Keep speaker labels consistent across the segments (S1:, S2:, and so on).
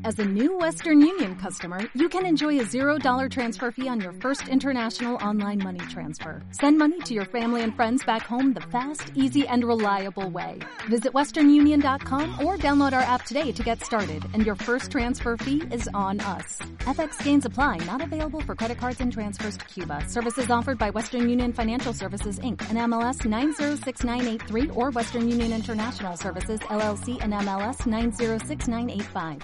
S1: As a new Western Union customer, you can enjoy a $0 transfer fee on your first international online money transfer. Send money to your family and friends back home the fast, easy, and reliable way. Visit westernunion.com or download our app today to get started, and your first transfer fee is on us. FX gains apply, not available for credit cards and transfers to Cuba. Services offered by Western Union Financial Services, Inc., and MLS 906983, or Western Union International Services, LLC, and MLS 906985.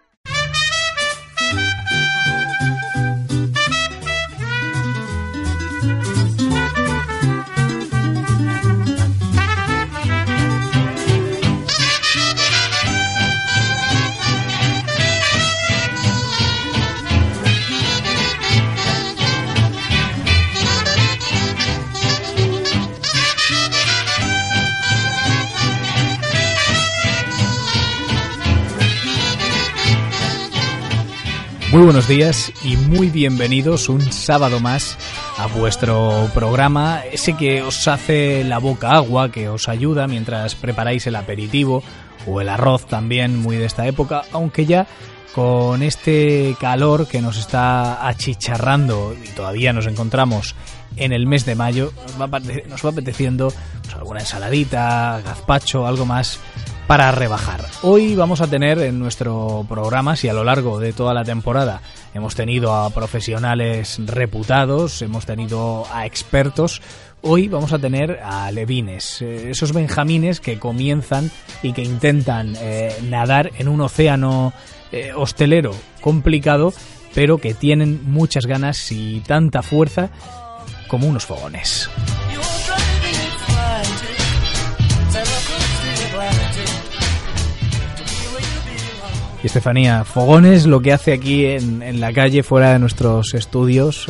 S2: Muy buenos días y muy bienvenidos un sábado más a vuestro programa, ese que os hace la boca agua, que os ayuda mientras preparáis el aperitivo o el arroz también, muy de esta época, aunque ya con este calor que nos está achicharrando y todavía nos encontramos en el mes de mayo, nos va apeteciendo pues, alguna ensaladita, gazpacho, algo más para rebajar. Hoy vamos a tener en nuestro programa, si a lo largo de toda la temporada hemos tenido a profesionales reputados, hemos tenido a expertos, hoy vamos a tener a alevines, esos benjamines que comienzan y que intentan nadar en un océano hostelero complicado, pero que tienen muchas ganas y tanta fuerza como unos fogones. Y Estefanía, Fogones lo que hace aquí en la calle, fuera de nuestros estudios,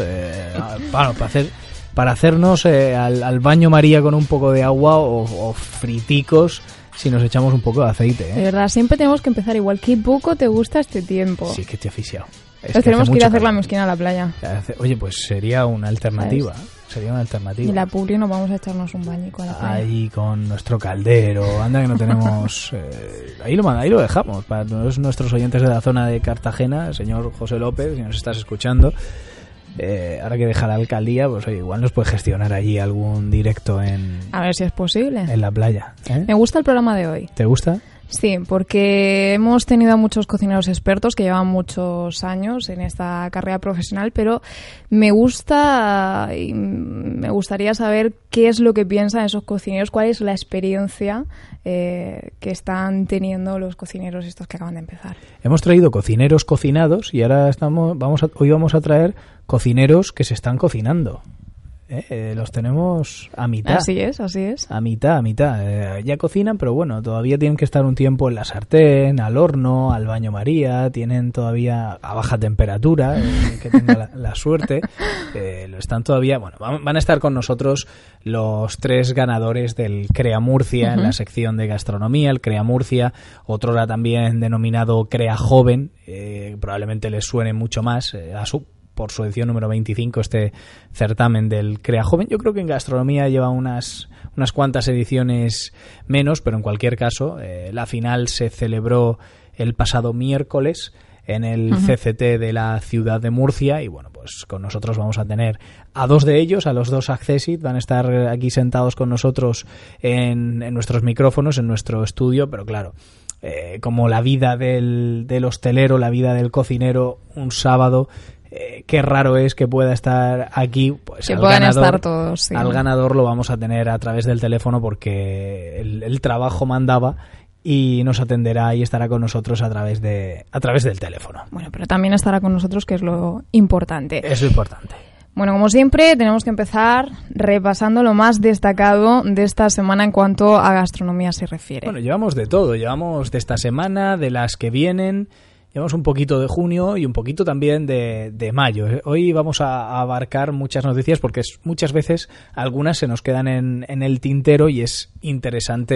S2: para hacernos al baño María con un poco de agua o friticos si nos echamos un poco de aceite.
S3: De verdad, siempre tenemos que empezar igual. ¿Qué poco te gusta este tiempo?
S2: Sí, que te he asfixiado.
S3: Pues tenemos que ir a hacer la mezquina a la playa.
S2: Oye, pues sería una alternativa. Sería una alternativa.
S3: Y la Publi nos vamos a echarnos un bañico a la playa.
S2: Ahí con nuestro caldero. Anda que no tenemos... ahí lo dejamos. Para nuestros oyentes de la zona de Cartagena, señor José López, si nos estás escuchando, ahora que deja la alcaldía, pues oye, igual nos puede gestionar allí algún directo
S3: a ver si es posible.
S2: En la playa.
S3: Me gusta el programa de hoy.
S2: ¿Te gusta?
S3: Sí, porque hemos tenido a muchos cocineros expertos que llevan muchos años en esta carrera profesional, pero me gustaría saber qué es lo que piensan esos cocineros, cuál es la experiencia que están teniendo los cocineros estos que acaban de empezar.
S2: Hemos traído cocineros cocinados y ahora hoy vamos a traer cocineros que se están cocinando. Los tenemos a mitad.
S3: Así es.
S2: A mitad. Ya cocinan, pero bueno, todavía tienen que estar un tiempo en la sartén, al horno, al baño María, tienen todavía a baja temperatura, que tenga la suerte. Lo están todavía, bueno, van a estar con nosotros los 3 ganadores del Crea Murcia en la sección de gastronomía, el Crea Murcia, otrora también denominado Crea Joven, probablemente les suene mucho más por su edición número 25 este certamen del Crea Joven. Yo creo que en gastronomía lleva unas cuantas ediciones menos, pero en cualquier caso la final se celebró el pasado miércoles en el CCT de la ciudad de Murcia y bueno, pues con nosotros vamos a tener a 2 de ellos, a los 2 Accessit, van a estar aquí sentados con nosotros en nuestros micrófonos, en nuestro estudio, pero claro, como la vida del hostelero, la vida del cocinero, un sábado, qué raro es que pueda estar aquí, pues
S3: que puedan estar todos, sí.
S2: Al ganador lo vamos a tener a través del teléfono porque el trabajo mandaba y nos atenderá y estará con nosotros a través del teléfono.
S3: Bueno, pero también estará con nosotros, que es lo importante.
S2: Es lo importante.
S3: Bueno, como siempre, tenemos que empezar repasando lo más destacado de esta semana en cuanto a gastronomía se refiere.
S2: Bueno, llevamos de todo, llevamos de esta semana, de las que vienen. Llevamos un poquito de junio y un poquito también de mayo. Hoy vamos a abarcar muchas noticias porque muchas veces algunas se nos quedan en el tintero y es interesante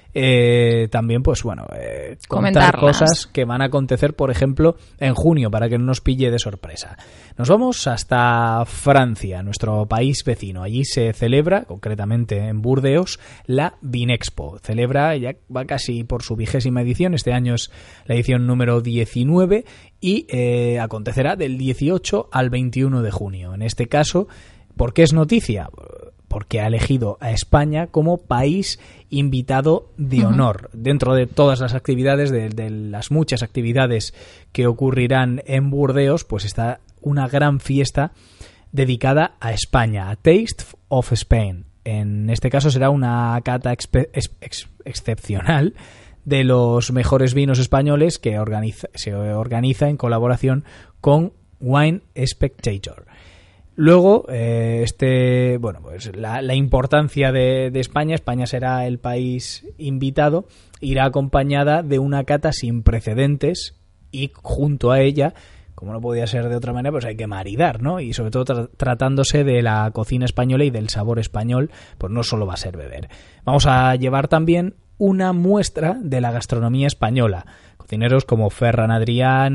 S2: también, pues bueno, contar cosas que van a acontecer, por ejemplo, en junio, para que no nos pille de sorpresa. Nos vamos hasta Francia, nuestro país vecino. Allí se celebra, concretamente en Burdeos, la Vinexpo. Celebra, ya va casi por su 20ª edición, este año es la edición número 19, y acontecerá del 18 al 21 de junio. En este caso, ¿por qué es noticia? Porque ha elegido a España como país invitado de honor. Dentro de todas las actividades, de las muchas actividades que ocurrirán en Burdeos, pues está una gran fiesta dedicada a España, a Taste of Spain. En este caso será una cata excepcional de los mejores vinos españoles que se organiza en colaboración con Wine Spectator. Luego, pues la importancia de España. España será el país invitado, irá acompañada de una cata sin precedentes y junto a ella, como no podía ser de otra manera, pues hay que maridar, ¿no? Y sobre todo tratándose de la cocina española y del sabor español, pues no solo va a ser beber. Vamos a llevar también una muestra de la gastronomía española. Cocineros como Ferran Adrià,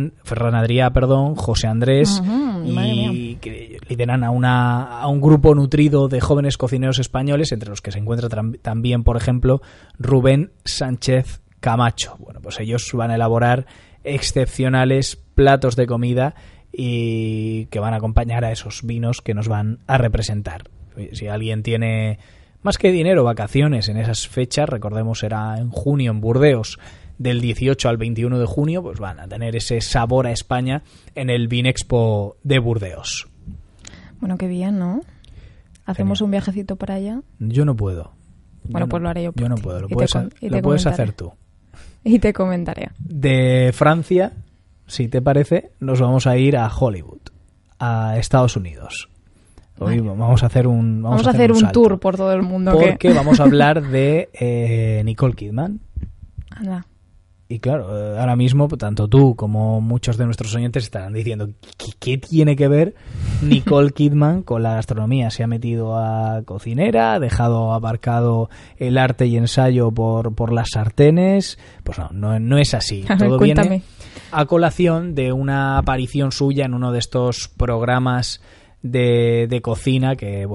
S2: José Andrés, y que lideran a un grupo nutrido de jóvenes cocineros españoles, entre los que se encuentra también, por ejemplo, Rubén Sánchez Camacho. Bueno, pues ellos van a elaborar excepcionales platos de comida y que van a acompañar a esos vinos que nos van a representar. Si alguien tiene más que dinero, vacaciones en esas fechas, recordemos será en junio en Burdeos, del 18 al 21 de junio, pues van a tener ese sabor a España en el Vinexpo de Burdeos.
S3: Bueno, qué bien, ¿no? ¿Hacemos un viajecito para allá?
S2: Yo no puedo.
S3: Bueno, pues lo haré yo por ti.
S2: Yo no puedo, lo puedes hacer tú.
S3: Y te comentaré.
S2: De Francia, si te parece, nos vamos a ir a Hollywood, a Estados Unidos. Hoy vamos a hacer un
S3: tour por todo el mundo.
S2: Porque vamos a hablar de Nicole Kidman.
S3: Anda.
S2: Y claro, ahora mismo tanto tú como muchos de nuestros oyentes estarán diciendo ¿qué tiene que ver Nicole Kidman con la gastronomía? ¿Se ha metido a cocinera? ¿Ha dejado aparcado el arte y ensayo por las sartenes? Pues no es así. Todo viene a colación de una aparición suya en uno de estos programas de cocina que,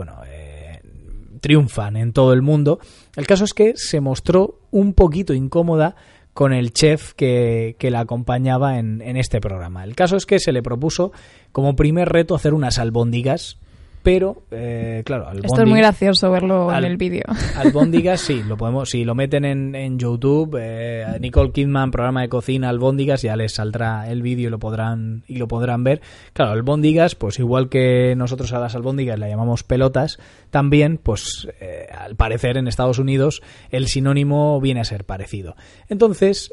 S2: triunfan en todo el mundo. El caso es que se mostró un poquito incómoda con el chef que la acompañaba en este programa. El caso es que se le propuso como primer reto hacer unas albóndigas, pero claro,
S3: esto es muy gracioso verlo en el vídeo.
S2: Albóndigas, sí, si lo meten en YouTube, Nicole Kidman, programa de cocina, albóndigas, ya les saldrá el vídeo y lo podrán ver. Claro, albóndigas, pues igual que nosotros a las albóndigas le llamamos pelotas, también, pues al parecer en Estados Unidos el sinónimo viene a ser parecido. Entonces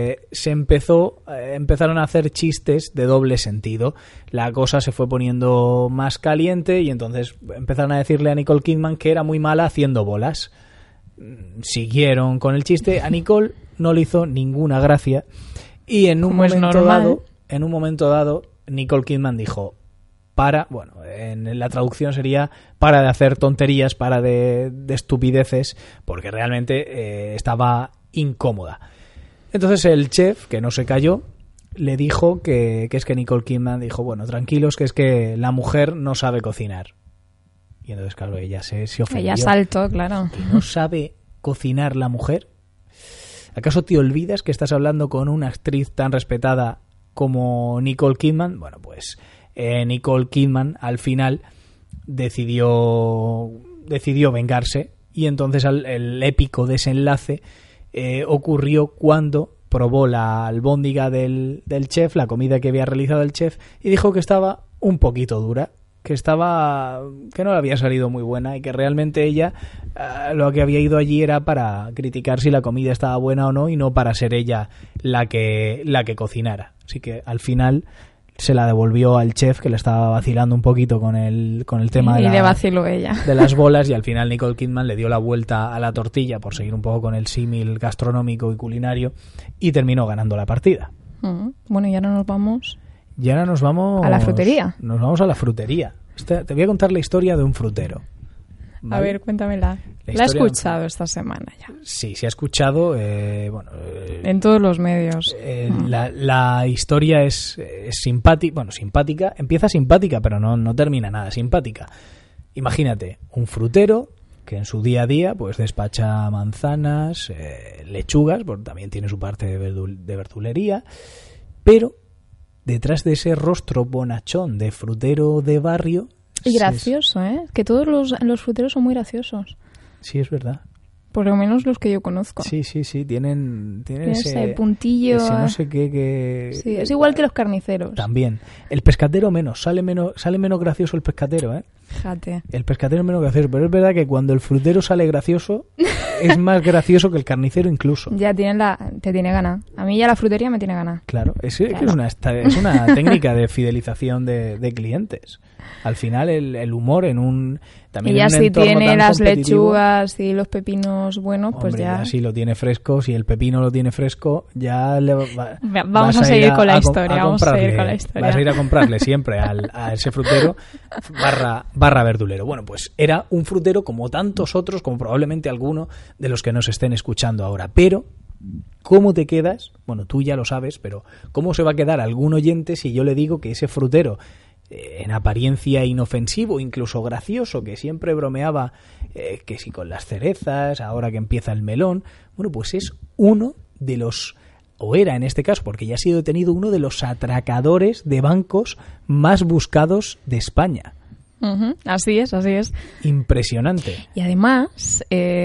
S2: empezaron a hacer chistes de doble sentido. La cosa se fue poniendo más caliente y entonces empezaron a decirle a Nicole Kidman que era muy mala haciendo bolas. Siguieron con el chiste. A Nicole no le hizo ninguna gracia y en un momento dado Nicole Kidman dijo en la traducción sería para de hacer tonterías, para de estupideces, porque realmente estaba incómoda. Entonces el chef, que no se cayó, le dijo que es que Nicole Kidman dijo, bueno, tranquilos, que es que la mujer no sabe cocinar. Y entonces, claro, ella se ofendió.
S3: Ella saltó, claro.
S2: ¿Que no sabe cocinar la mujer? ¿Acaso te olvidas que estás hablando con una actriz tan respetada como Nicole Kidman? Bueno, pues Nicole Kidman al final decidió vengarse y entonces el épico desenlace ocurrió cuando probó la albóndiga del chef, la comida que había realizado el chef, y dijo que estaba un poquito dura, que no le había salido muy buena y que realmente ella lo que había ido allí era para criticar si la comida estaba buena o no y no para ser ella la que cocinara. Así que al final se la devolvió al chef, que le estaba vacilando un poquito con el tema
S3: le vaciló ella.
S2: De las bolas, y al final Nicole Kidman le dio la vuelta a la tortilla, por seguir un poco con el símil gastronómico y culinario, y terminó ganando la partida.
S3: Bueno, y ahora nos vamos...
S2: Y ahora nos vamos...
S3: ¿A la frutería?
S2: Nos vamos a la frutería. Te voy a contar la historia de un frutero.
S3: A ver, cuéntamela. La he escuchado esta semana ya.
S2: Sí, se ha escuchado.
S3: En todos los medios.
S2: La historia es simpática. Bueno, simpática. Empieza simpática, pero no termina nada simpática. Imagínate, un frutero que en su día a día pues despacha manzanas, lechugas, porque también tiene su parte de verdulería, pero detrás de ese rostro bonachón de frutero de barrio...
S3: Y gracioso, que todos los fruteros son muy graciosos.
S2: Sí, es verdad.
S3: Por lo menos los que yo conozco.
S2: Sí, tienen
S3: ese puntillo.
S2: Ese no sé qué.
S3: Sí, es igual que los carniceros.
S2: También. El pescatero sale menos gracioso el pescatero,
S3: Fíjate.
S2: El pescatero es menos gracioso, pero es verdad que cuando el frutero sale gracioso, es más gracioso que el carnicero incluso.
S3: Ya te tiene ganas. A mí ya la frutería me tiene ganas.
S2: Claro, es una técnica de fidelización de clientes. Al final el humor en un... También
S3: y ya
S2: en un
S3: si
S2: entorno
S3: tiene
S2: tan
S3: las
S2: competitivo,
S3: lechugas y los pepinos buenos, pues
S2: hombre,
S3: ya...
S2: si lo tiene fresco, si el pepino lo tiene fresco, ya
S3: vamos a seguir con la historia.
S2: Vas a ir a comprarle siempre a ese frutero barra verdulero. Bueno, pues era un frutero como tantos otros, como probablemente alguno de los que nos estén escuchando ahora. Pero, ¿cómo te quedas? Bueno, tú ya lo sabes, pero ¿cómo se va a quedar algún oyente si yo le digo que ese frutero, en apariencia inofensivo, incluso gracioso, que siempre bromeaba que si con las cerezas, ahora que empieza el melón, bueno, pues es uno de los, o era en este caso, porque ya ha sido detenido, uno de los atracadores de bancos más buscados de España?
S3: Así es.
S2: Impresionante.
S3: Y además,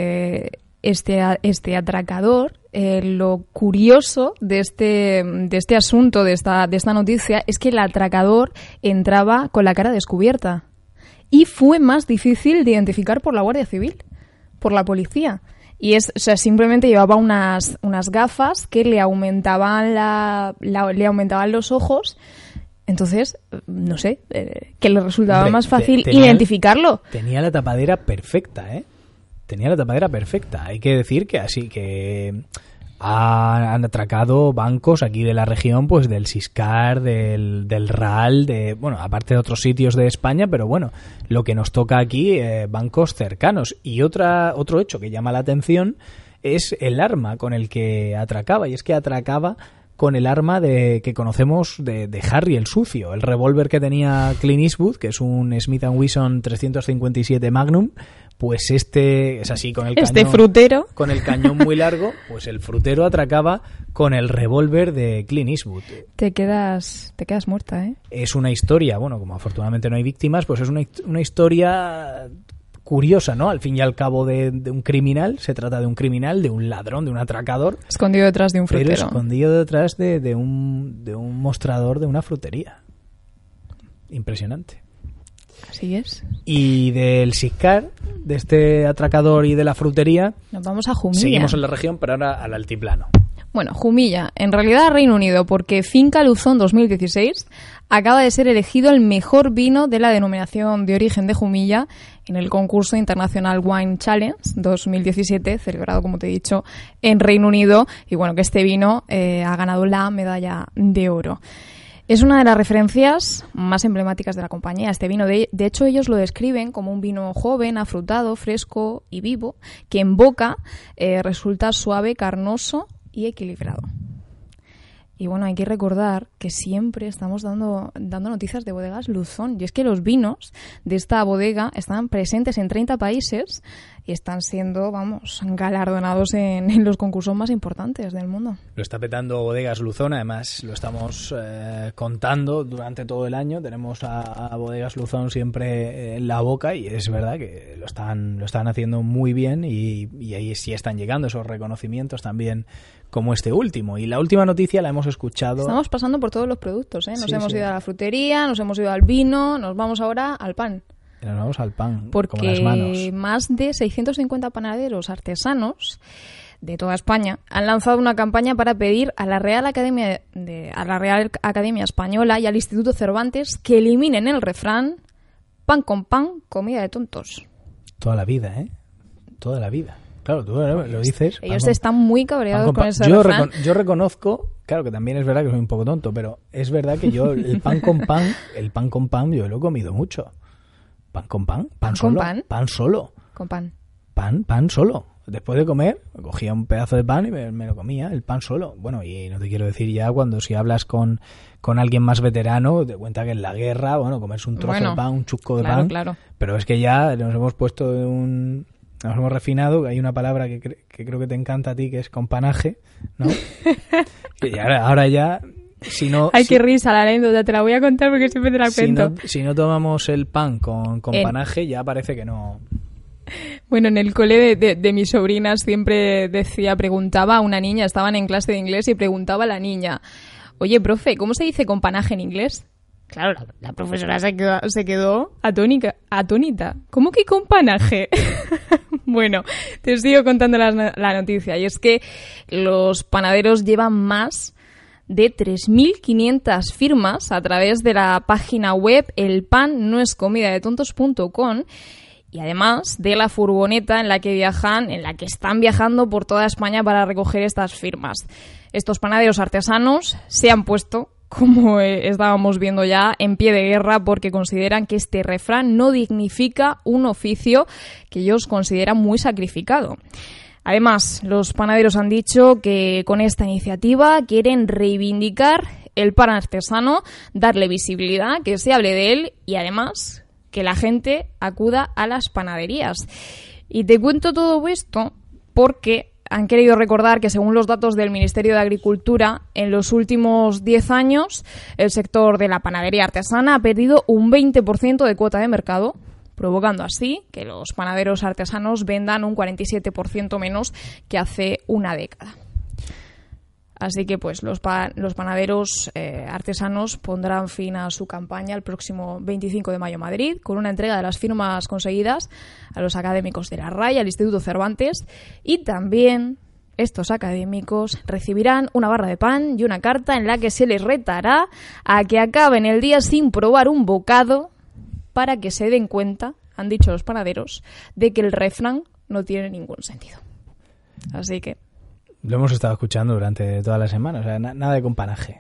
S3: este atracador, lo curioso de este asunto, de esta noticia, es que el atracador entraba con la cara descubierta y fue más difícil de identificar por la Guardia Civil, por la policía. Y simplemente llevaba unas gafas que le aumentaban le aumentaban los ojos. Entonces, no sé, que le resultaba más fácil identificarlo.
S2: Tenía la tapadera perfecta, Tenía la tapadera perfecta. Hay que decir que han atracado bancos aquí de la región, pues del Siscar, del RAL, aparte de otros sitios de España, pero bueno, lo que nos toca aquí, bancos cercanos. Y otro hecho que llama la atención es el arma con el que atracaba, y es que atracaba con el arma que conocemos de Harry el Sucio, el revólver que tenía Clint Eastwood, que es un Smith & Wesson 357 Magnum. Pues es así, con el cañón,
S3: frutero,
S2: con el cañón muy largo, pues el frutero atracaba con el revólver de Clint Eastwood.
S3: Te quedas muerta,
S2: Es una historia, bueno, como afortunadamente no hay víctimas, pues es una historia curiosa, ¿no? Al fin y al cabo de un criminal, se trata de un criminal, de un ladrón, de un atracador.
S3: Escondido detrás de un frutero.
S2: Pero escondido detrás de un mostrador de una frutería. Impresionante.
S3: Así es.
S2: Y del Siscar, de este atracador y de la frutería,
S3: nos vamos a Jumilla.
S2: Seguimos en la región, pero ahora al altiplano.
S3: Bueno, Jumilla, en realidad Reino Unido, porque Finca Luzón 2016 acaba de ser elegido el mejor vino de la denominación de origen de Jumilla en el concurso International Wine Challenge 2017, celebrado, como te he dicho, en Reino Unido. Y bueno, que este vino ha ganado la medalla de oro. Es una de las referencias más emblemáticas de la compañía. Este vino, de hecho, ellos lo describen como un vino joven, afrutado, fresco y vivo, que en boca resulta suave, carnoso y equilibrado. Y bueno, hay que recordar que siempre estamos dando noticias de bodegas Luzón. Y es que los vinos de esta bodega están presentes en 30 países y están siendo, galardonados en los concursos más importantes del mundo.
S2: Lo está petando Bodegas Luzón, además lo estamos contando durante todo el año. Tenemos a Bodegas Luzón siempre en la boca y es verdad que lo están haciendo muy bien y ahí sí están llegando esos reconocimientos también como este último. Y la última noticia la hemos escuchado.
S3: Estamos pasando por todos los productos, Nos hemos ido a la frutería, nos hemos ido al vino, nos vamos ahora al pan.
S2: Nos vamos al pan,
S3: porque
S2: como las manos.
S3: Más de 650 panaderos artesanos de toda España han lanzado una campaña para pedir a la Real Academia Española y al Instituto Cervantes que eliminen el refrán pan con pan, comida de tontos.
S2: Toda la vida, Toda la vida. Claro, tú lo dices.
S3: Ellos están muy cabreados con ese refrán.
S2: Yo reconozco, claro que también es verdad que soy un poco tonto, pero es verdad que yo el pan con pan yo lo he comido mucho. ¿Pan con pan? ¿Pan solo?
S3: Con pan?
S2: Pan solo.
S3: Con pan.
S2: Pan solo. Después de comer, cogía un pedazo de pan y me lo comía, el pan solo. Bueno, y no te quiero decir ya cuando si hablas con alguien más veterano, te cuenta que en la guerra, bueno, comerse un trozo de pan, un chusco de pan. Claro. Pero es que ya nos hemos puesto nos hemos refinado, hay una palabra que creo que te encanta a ti, que es companaje, ¿no? Y ahora ya...
S3: Ay, qué risa la anécdota, te la voy a contar porque siempre te la cuento.
S2: Si no tomamos el pan con panaje, ya parece que no...
S3: Bueno, en el cole de mis sobrinas siempre preguntaba a una niña, estaban en clase de inglés y preguntaba a la niña, oye, profe, ¿cómo se dice companaje en inglés? Claro, la profesora se quedó atónita. ¿Cómo que companaje? Bueno, te sigo contando la noticia, y es que los panaderos llevan más de 3.500 firmas a través de la página web elpannoescomidadetontos.com, y además de la furgoneta en la que están viajando por toda España para recoger estas firmas. Estos panaderos artesanos se han puesto, como estábamos viendo ya, en pie de guerra porque consideran que este refrán no dignifica un oficio que ellos consideran muy sacrificado. Además, los panaderos han dicho que con esta iniciativa quieren reivindicar el pan artesano, darle visibilidad, que se hable de él y además que la gente acuda a las panaderías. Y te cuento todo esto porque han querido recordar que según los datos del Ministerio de Agricultura, en los últimos 10 años el sector de la panadería artesana ha perdido un 20% de cuota de mercado, provocando así que los panaderos artesanos vendan un 47% menos que hace una década. Así que pues los panaderos artesanos pondrán fin a su campaña el próximo 25 de mayo en Madrid con una entrega de las firmas conseguidas a los académicos de la RAI, al Instituto Cervantes, y también estos académicos recibirán una barra de pan y una carta en la que se les retará a que acaben el día sin probar un bocado para que se den cuenta, han dicho los panaderos, de que el refrán no tiene ningún sentido. Así que
S2: lo hemos estado escuchando durante toda la semana, o sea, nada de companaje.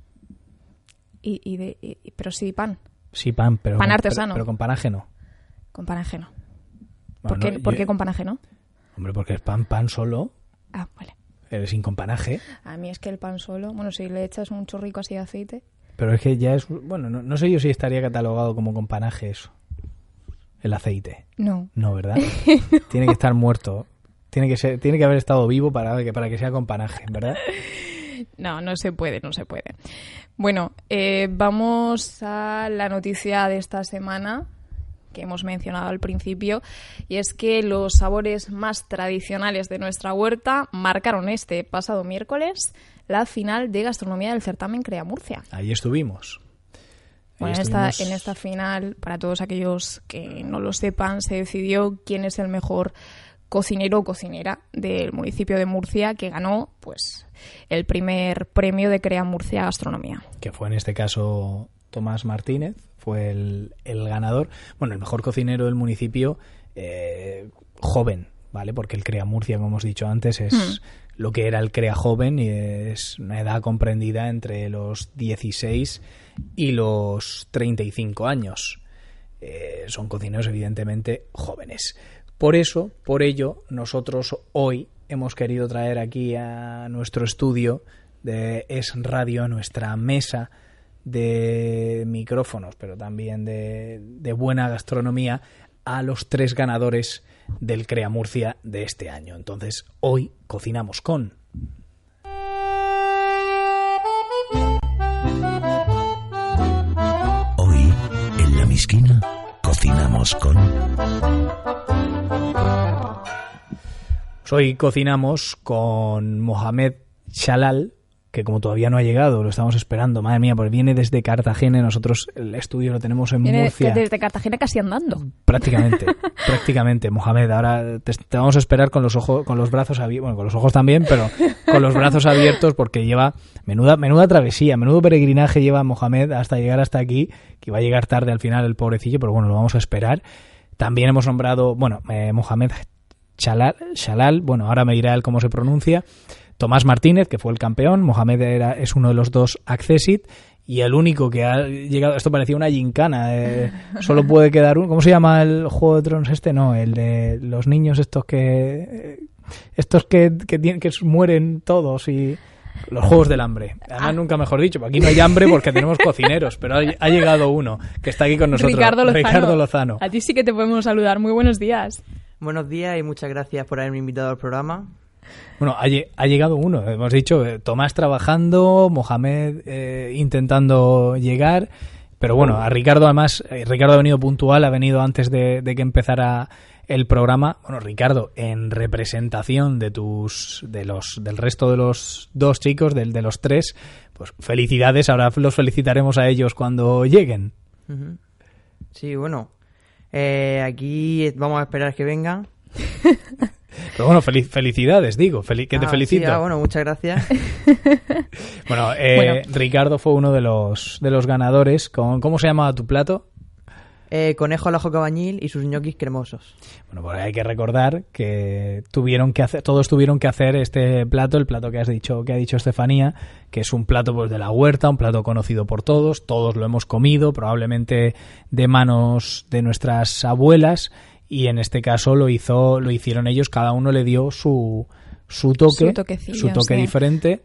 S3: Pero sí pan.
S2: Sí, pan, pero
S3: pan artesano.
S2: Pero companaje no.
S3: Companaje no.
S2: Bueno,
S3: ¿Por qué companaje no?
S2: Hombre, porque es pan solo.
S3: Ah, vale.
S2: Sin companaje.
S3: A mí es que el pan solo, bueno, si le echas un chorrico así de aceite.
S2: Pero es que ya es, bueno, no sé yo si estaría catalogado como companaje eso. El aceite.
S3: No.
S2: No, ¿verdad? No. Tiene que estar muerto. Tiene que haber estado vivo para que sea companaje, ¿verdad?
S3: No se puede. Bueno, vamos a la noticia de esta semana que hemos mencionado al principio, y es que los sabores más tradicionales de nuestra huerta marcaron este pasado miércoles la final de gastronomía del certamen Crea Murcia.
S2: Ahí estuvimos.
S3: Bueno, en esta final, para todos aquellos que no lo sepan, se decidió quién es el mejor cocinero o cocinera del municipio de Murcia, que ganó pues el primer premio de Crea Murcia Gastronomía.
S2: Que fue en este caso Tomás Martínez, fue el ganador. Bueno, el mejor cocinero del municipio, joven, ¿vale? Porque el Crea Murcia, como hemos dicho antes, es lo que era el Crea Joven, y es una edad comprendida entre los 16 y los 35 años. Son cocineros evidentemente jóvenes. Por ello, nosotros hoy hemos querido traer aquí a nuestro estudio de Es Radio, a nuestra mesa de micrófonos, pero también de buena gastronomía, a los 3 ganadores del Crea Murcia de este año. Entonces, hoy cocinamos con...
S4: Hoy, en La Misquina, cocinamos con...
S2: Hoy cocinamos con Mohamed Chalal, que como todavía no ha llegado, lo estamos esperando. Madre mía, pues viene desde Cartagena, y nosotros el estudio lo tenemos en Murcia.
S3: Desde Cartagena casi andando.
S2: Prácticamente, Mohamed. Ahora te vamos a esperar con los ojos, con los brazos abiertos, bueno, con los ojos también, pero con los brazos abiertos, porque lleva menuda travesía, menudo peregrinaje lleva Mohamed hasta llegar hasta aquí, que va a llegar tarde al final el pobrecillo, pero bueno, lo vamos a esperar. También hemos nombrado, Mohamed Chalal, bueno, ahora me dirá él cómo se pronuncia. Tomás Martínez, que fue el campeón. Mohamed es uno de los 2 Accesit, y el único que ha llegado, esto parecía una gincana, solo puede quedar uno. ¿Cómo se llama el Juego de Tronos este? No, el de los niños estos que mueren todos y los Juegos del Hambre. Además, nunca mejor dicho, aquí no hay hambre porque tenemos cocineros, pero ha llegado uno que está aquí con nosotros, Ricardo Lozano.
S3: A ti sí que te podemos saludar. Muy buenos días.
S5: Buenos días y muchas gracias por haberme invitado al programa.
S2: Bueno, ha llegado uno, hemos dicho, Tomás trabajando, Mohamed intentando llegar, pero bueno, a Ricardo además, Ricardo ha venido puntual, ha venido antes de que empezara el programa. Bueno, Ricardo, en representación del resto de los dos chicos, de los tres, pues felicidades, ahora los felicitaremos a ellos cuando lleguen.
S5: Uh-huh. Sí, bueno, aquí vamos a esperar que vengan.
S2: Pero bueno, felicidades, digo, que te felicito.
S5: Sí, bueno, muchas gracias.
S2: Bueno, Ricardo fue uno de los ganadores. ¿Cómo se llamaba tu plato?
S5: Conejo al ajo cabañil y sus ñoquis cremosos.
S2: Bueno, pues hay que recordar que todos tuvieron que hacer este plato, el plato que ha dicho Estefanía, que es un plato pues de la huerta, un plato conocido por todos lo hemos comido, probablemente de manos de nuestras abuelas. Y en este caso lo hicieron ellos, cada uno le dio su toque diferente,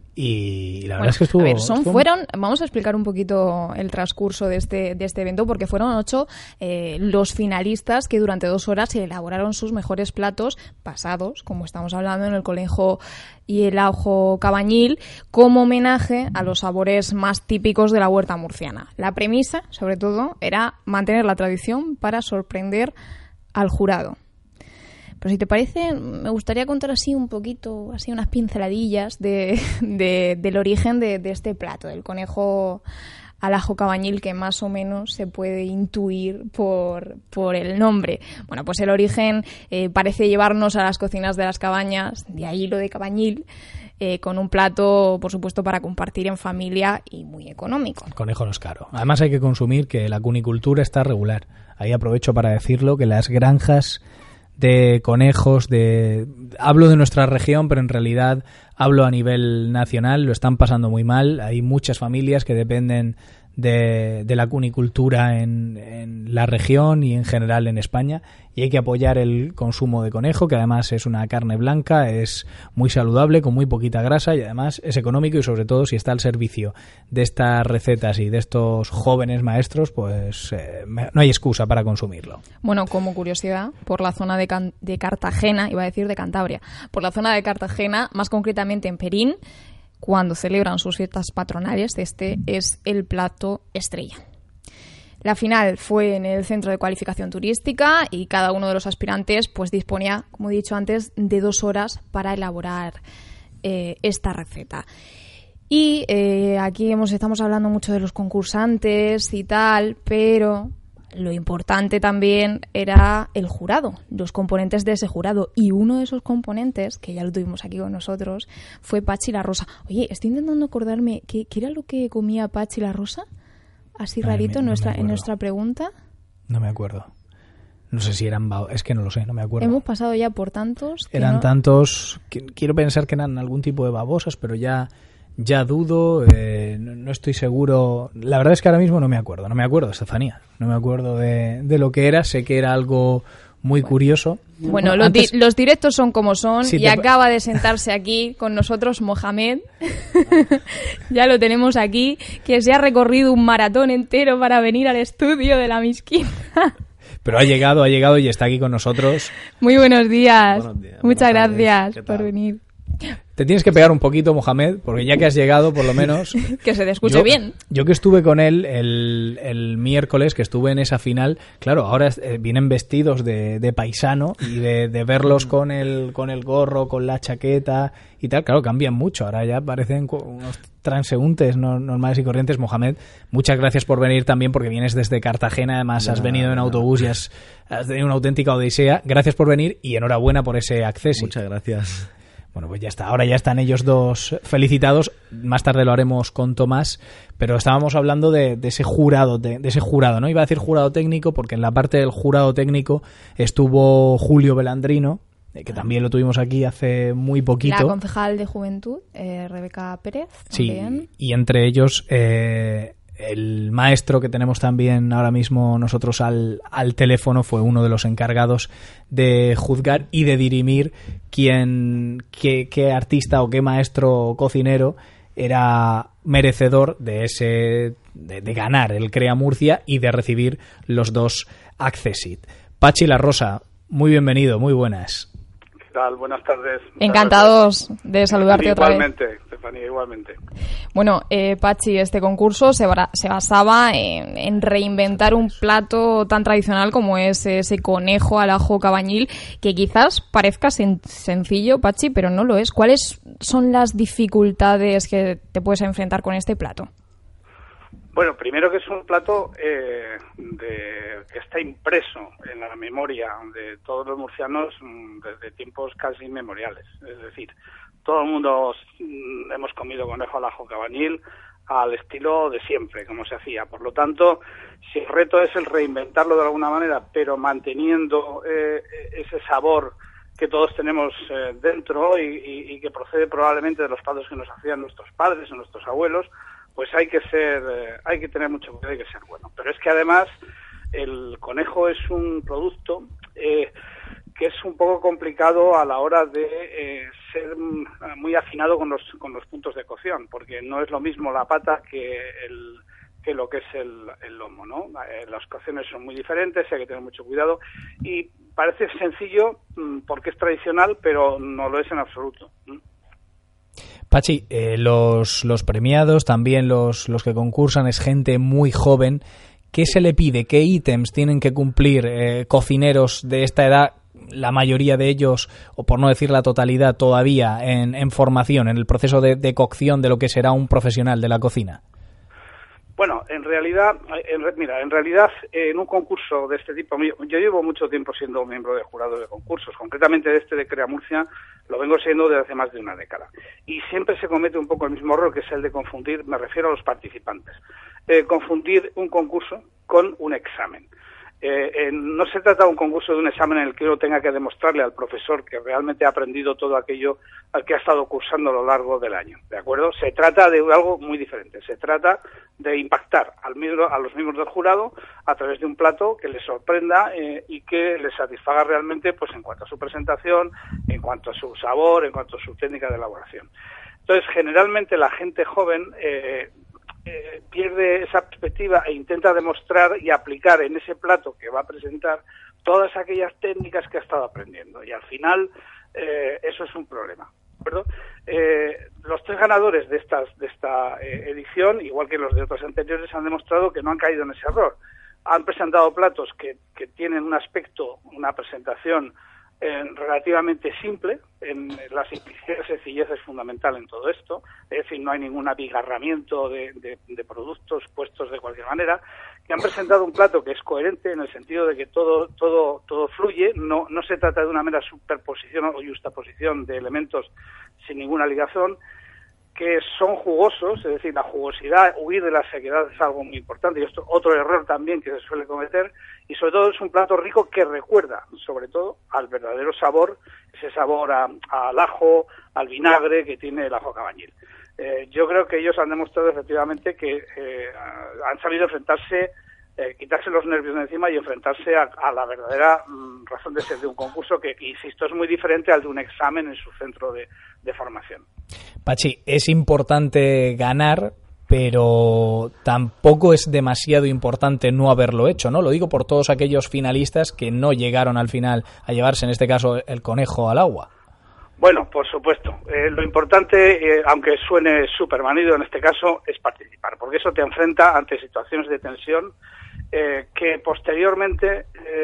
S2: y la verdad es que
S3: vamos a explicar un poquito el transcurso de este evento, porque fueron 8 los finalistas que durante 2 horas elaboraron sus mejores platos basados, como estamos hablando, en el conejo y el ajo cabañil, como homenaje a los sabores más típicos de la huerta murciana. La premisa, sobre todo, era mantener la tradición para sorprender al jurado. Pero si te parece, me gustaría contar así un poquito, así unas pinceladillas del origen de este plato, del conejo al ajo cabañil, que más o menos se puede intuir por el nombre. Bueno, pues el origen parece llevarnos a las cocinas de las cabañas, de ahí lo de cabañil, con un plato, por supuesto, para compartir en familia y muy económico.
S2: El conejo no es caro. Además hay que consumir que la cunicultura está regular. Ahí aprovecho para decirlo, que las granjas de conejos, hablo de nuestra región, pero en realidad hablo a nivel nacional, lo están pasando muy mal. Hay muchas familias que dependen de la cunicultura en la región y en general en España, y hay que apoyar el consumo de conejo, que además es una carne blanca, es muy saludable, con muy poquita grasa, y además es económico, y sobre todo si está al servicio de estas recetas y de estos jóvenes maestros, pues no hay excusa para consumirlo.
S3: Bueno, como curiosidad, por la zona de Cartagena, iba a decir de Cantabria, por la zona de Cartagena, más concretamente en Perín, cuando celebran sus fiestas patronales, este es el plato estrella. La final fue en el Centro de Cualificación Turística y cada uno de los aspirantes pues disponía, como he dicho antes, de 2 horas para elaborar esta receta. Y aquí estamos hablando mucho de los concursantes y tal, pero lo importante también era el jurado, los componentes de ese jurado. Y uno de esos componentes, que ya lo tuvimos aquí con nosotros, fue Pachi la Rosa. Oye, estoy intentando acordarme, ¿qué era lo que comía Pachi la Rosa? Así rarito en nuestra pregunta.
S2: No me acuerdo. No sé si eran... Es que no lo sé, no me acuerdo.
S3: Hemos pasado ya por tantos...
S2: Eran tantos... Quiero pensar que eran algún tipo de babosas, pero ya dudo, no estoy seguro. La verdad es que ahora mismo no me acuerdo, Estefanía. No me acuerdo de lo que era, sé que era algo muy curioso.
S3: Bueno, los directos son como son, y acaba de sentarse aquí con nosotros Mohamed. Ya lo tenemos aquí, que se ha recorrido un maratón entero para venir al estudio de La Misquina.
S2: Pero ha llegado y está aquí con nosotros.
S3: Muy buenos días. Muchas gracias por venir.
S2: Te tienes que pegar un poquito, Mohamed, porque ya que has llegado, por lo menos...
S3: que se te escuche bien.
S2: Yo que estuve con él el miércoles, que estuve en esa final, claro, ahora vienen vestidos de paisano, y de verlos con el gorro, con la chaqueta y tal, claro, cambian mucho. Ahora ya parecen unos transeúntes normales y corrientes. Mohamed, muchas gracias por venir también, porque vienes desde Cartagena, además has venido en autobús y has tenido una auténtica odisea. Gracias por venir y enhorabuena por ese acceso.
S6: Muchas gracias.
S2: Bueno, pues ya está. Ahora ya están ellos dos felicitados. Más tarde lo haremos con Tomás, pero estábamos hablando de ese jurado, de ese jurado, ¿no? Iba a decir jurado técnico, porque en la parte del jurado técnico estuvo Julio Belandrino, que también lo tuvimos aquí hace muy poquito.
S3: La concejal de Juventud, Rebeca Pérez. También.
S2: Sí, y entre ellos el maestro que tenemos también ahora mismo nosotros al teléfono fue uno de los encargados de juzgar y de dirimir qué artista o qué maestro cocinero era merecedor de ganar el Crea Murcia y de recibir los 2 Accessit. Pachi La Rosa, muy bienvenido, muy buenas.
S6: ¿Qué tal? Buenas tardes.
S3: Encantados de saludarte otra vez.
S6: Igualmente, Estefanía, igualmente.
S3: Bueno, Pachi, este concurso se basaba en reinventar un plato tan tradicional como es ese conejo al ajo cabañil, que quizás parezca sencillo, Pachi, pero no lo es. ¿Cuáles son las dificultades que te puedes enfrentar con este plato?
S6: Bueno, primero que es un plato que está impreso en la memoria de todos los murcianos desde tiempos casi inmemoriales. Es decir, todo el mundo hemos comido conejo al ajo cabañil al estilo de siempre, como se hacía. Por lo tanto, si el reto es el reinventarlo de alguna manera, pero manteniendo ese sabor que todos tenemos dentro y que procede probablemente de los platos que nos hacían nuestros padres o nuestros abuelos, pues hay que tener mucho cuidado y que ser bueno. Pero es que además el conejo es un producto que es un poco complicado a la hora de ser muy afinado con los puntos de cocción, porque no es lo mismo la pata que lo que es el lomo, ¿no? Las cocciones son muy diferentes, hay que tener mucho cuidado y parece sencillo porque es tradicional, pero no lo es en absoluto.
S2: Pachi, los premiados, también los que concursan, es gente muy joven. ¿Qué se le pide? ¿Qué ítems tienen que cumplir cocineros de esta edad, la mayoría de ellos, o por no decir la totalidad, todavía en formación, en el proceso de cocción de lo que será un profesional de la cocina?
S6: Bueno, en realidad en un concurso de este tipo, yo llevo mucho tiempo siendo miembro de jurado de concursos, concretamente de Crea Murcia, lo vengo siendo desde hace más de una década. Y siempre se comete un poco el mismo error, que es el de confundir, me refiero a los participantes, confundir un concurso con un examen. No se trata de un concurso de un examen en el que uno tenga que demostrarle al profesor que realmente ha aprendido todo aquello al que ha estado cursando a lo largo del año, ¿de acuerdo? Se trata de algo muy diferente, se trata de impactar a los miembros del jurado a través de un plato que les sorprenda y que les satisfaga realmente, pues en cuanto a su presentación, en cuanto a su sabor, en cuanto a su técnica de elaboración. Entonces, generalmente la gente joven pierde esa perspectiva e intenta demostrar y aplicar en ese plato que va a presentar todas aquellas técnicas que ha estado aprendiendo, y al final eso es un problema, ¿de acuerdo? Los 3 ganadores de esta edición, igual que los de otras anteriores, han demostrado que no han caído en ese error. Han presentado platos que tienen un aspecto, una presentación relativamente simple. En la simplicidad y sencillez es fundamental en todo esto, es decir, no hay ningún abigarramiento de productos puestos de cualquier manera, que han presentado un plato que es coherente en el sentido de que todo fluye, no se trata de una mera superposición o justaposición de elementos sin ninguna ligación, que son jugosos, es decir, la jugosidad, huir de la sequedad es algo muy importante, y esto otro error también que se suele cometer, y sobre todo es un plato rico que recuerda, sobre todo, al verdadero sabor, ese sabor al ajo, al vinagre que tiene el ajo cabañil. Yo creo que ellos han demostrado efectivamente que han sabido enfrentarse, quitarse los nervios de encima y enfrentarse a la verdadera razón de ser de un concurso que, insisto, es muy diferente al de un examen en su centro de formación.
S2: Pachi, es importante ganar, pero tampoco es demasiado importante no haberlo hecho, ¿no? Lo digo por todos aquellos finalistas que no llegaron al final a llevarse, en este caso, el conejo al agua.
S6: Bueno, por supuesto. Lo importante, aunque suene súper manido en este caso, es participar, porque eso te enfrenta ante situaciones de tensión que posteriormente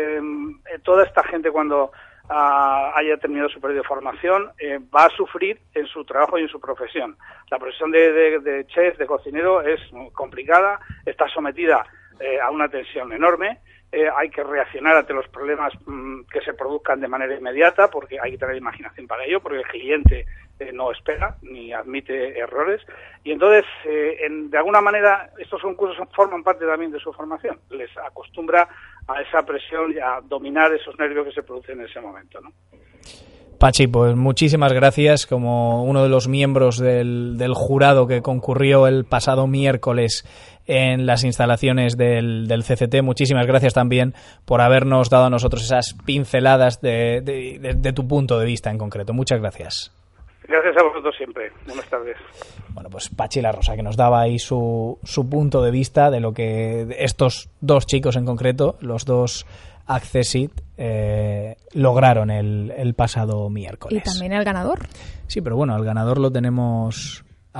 S6: toda esta gente, cuando haya terminado su periodo de formación, va a sufrir en su trabajo y en su profesión. La profesión de chef, de cocinero, es complicada, está sometida a una tensión enorme. Hay que reaccionar ante los problemas que se produzcan de manera inmediata, porque hay que tener imaginación para ello, porque el cliente no espera ni admite errores, y entonces de alguna manera estos concursos forman parte también de su formación, les acostumbra a esa presión y a dominar esos nervios que se producen en ese momento, ¿no?
S2: Pachi, pues muchísimas gracias. Como uno de los miembros del jurado que concurrió el pasado miércoles en las instalaciones del CCT, muchísimas gracias también por habernos dado a nosotros esas pinceladas de tu punto de vista en concreto. Muchas gracias.
S6: Gracias a vosotros siempre. Buenas tardes.
S2: Bueno, pues Pachi La Rosa, que nos daba ahí su punto de vista de lo que estos dos chicos en concreto, los dos Accessit, lograron el pasado miércoles.
S3: Y también el ganador.
S2: Sí, pero bueno, al ganador lo tenemos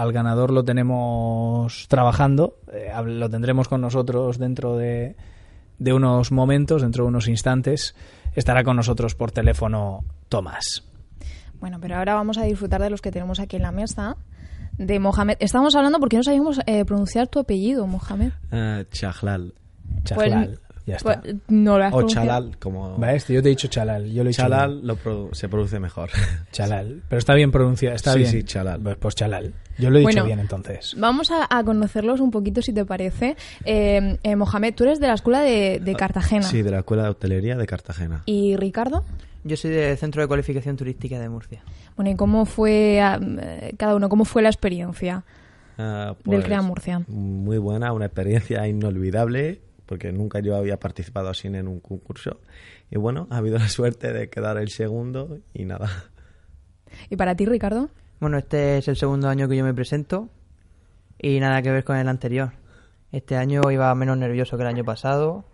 S2: trabajando, lo tendremos con nosotros dentro de unos momentos, dentro de unos instantes. Estará con nosotros por teléfono Tomás.
S3: Bueno, pero ahora vamos a disfrutar de los que tenemos aquí en la mesa. De Mohamed. Estábamos hablando porque no sabíamos pronunciar tu apellido, Mohamed.
S7: Chahlal.
S2: Chahlal. Ya está.
S3: Pues, no lo has
S7: O
S3: pronunciado.
S7: Chalal, como...
S2: ¿Ves? Yo te he dicho Chalal. Yo lo he dicho
S7: Chalal se produce mejor.
S2: Chalal. Pero está bien pronunciado, está bien.
S7: Sí, Chalal.
S2: Pues Chalal. Yo lo he dicho
S3: Bueno,
S2: bien entonces.
S3: Vamos a conocerlos un poquito, si te parece. Mohamed, tú eres de la escuela de Cartagena.
S7: Sí, de la Escuela de Hostelería de Cartagena.
S3: ¿Y Ricardo?
S5: Yo soy del Centro de Cualificación Turística de Murcia.
S3: Bueno, ¿y cómo fue cada uno? ¿Cómo fue la experiencia
S7: Pues,
S3: del CREA Murcia?
S7: Muy buena, una experiencia inolvidable, porque nunca yo había participado así en un concurso. Y bueno, ha habido la suerte de quedar el segundo y nada.
S3: ¿Y para ti, Ricardo?
S5: Bueno, este es el segundo año que yo me presento y nada que ver con el anterior. Este año iba menos nervioso que el año pasado.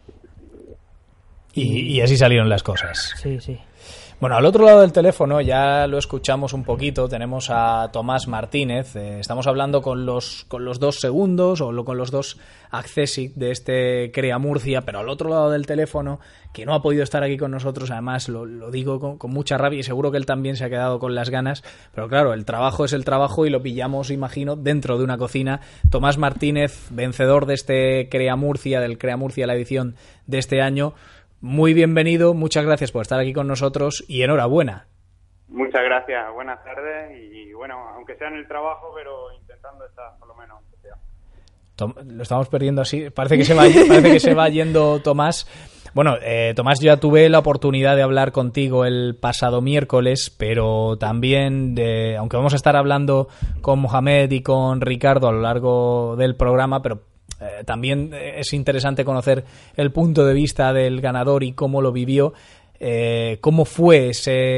S2: Y así salieron las cosas.
S5: Sí, sí.
S2: Bueno, al otro lado del teléfono ya lo escuchamos un poquito, tenemos a Tomás Martínez, estamos hablando con los dos segundos o con los dos Accessit de este CREA Murcia, pero al otro lado del teléfono, que no ha podido estar aquí con nosotros, además lo digo con mucha rabia y seguro que él también se ha quedado con las ganas, pero claro, el trabajo es el trabajo y lo pillamos, imagino, dentro de una cocina. Tomás Martínez, vencedor de este CREA Murcia, del CREA Murcia, la edición de este año. Muy bienvenido, muchas gracias por estar aquí con nosotros y enhorabuena.
S8: Muchas gracias, buenas tardes y bueno, aunque sea en el trabajo, pero intentando estar por lo menos.
S2: Lo estamos perdiendo así, parece que se va yendo Tomás. Bueno, Tomás, yo ya tuve la oportunidad de hablar contigo el pasado miércoles, pero también, aunque vamos a estar hablando con Mohamed y con Ricardo a lo largo del programa, pero también es interesante conocer el punto de vista del ganador y cómo lo vivió. ¿Cómo fue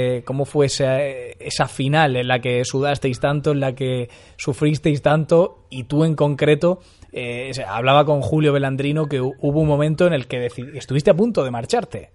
S2: esa final en la que sudasteis tanto, en la que sufristeis tanto y tú en concreto? Hablaba con Julio Belandrino que hubo un momento en el que estuviste a punto de marcharte.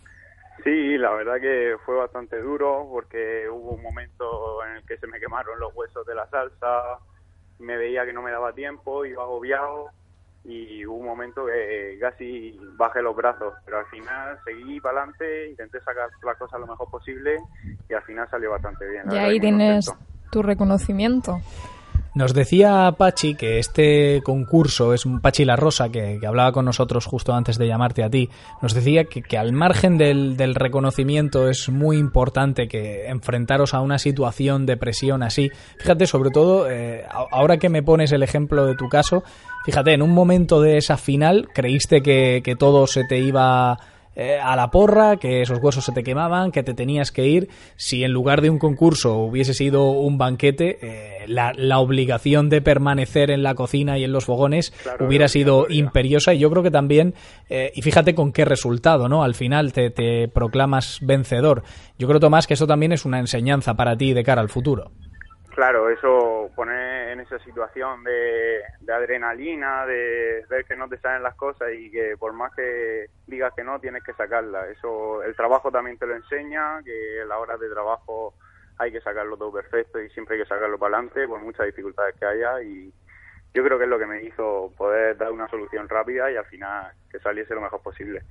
S8: Sí, la verdad que fue bastante duro porque hubo un momento en el que se me quemaron los huesos de la salsa, me veía que no me daba tiempo, iba agobiado y hubo un momento que casi bajé los brazos, pero al final seguí para adelante, intenté sacar las cosas lo mejor posible y al final salió bastante bien.
S3: Y ahí tienes tu reconocimiento.
S2: Nos decía Pachi que este concurso es un Pachi La Rosa, que hablaba con nosotros justo antes de llamarte a ti. Nos decía que al margen del reconocimiento es muy importante que enfrentaros a una situación de presión así. Fíjate, sobre todo, ahora que me pones el ejemplo de tu caso, fíjate, en un momento de esa final creíste que todo se te iba a la porra, que esos huesos se te quemaban, que te tenías que ir. Si en lugar de un concurso hubiese sido un banquete, la obligación de permanecer en la cocina y en los fogones hubiera sido imperiosa, y yo creo que también, y fíjate con qué resultado, ¿no? Al final te proclamas vencedor. Yo creo, Tomás, que eso también es una enseñanza para ti de cara al futuro.
S8: Claro, eso, poner en esa situación de adrenalina, de ver que no te salen las cosas y que por más que digas que no, tienes que sacarla. Eso, el trabajo también te lo enseña, que a la hora de trabajo hay que sacarlo todo perfecto y siempre hay que sacarlo para adelante, por muchas dificultades que haya, y yo creo que es lo que me hizo poder dar una solución rápida y al final que saliese lo mejor posible.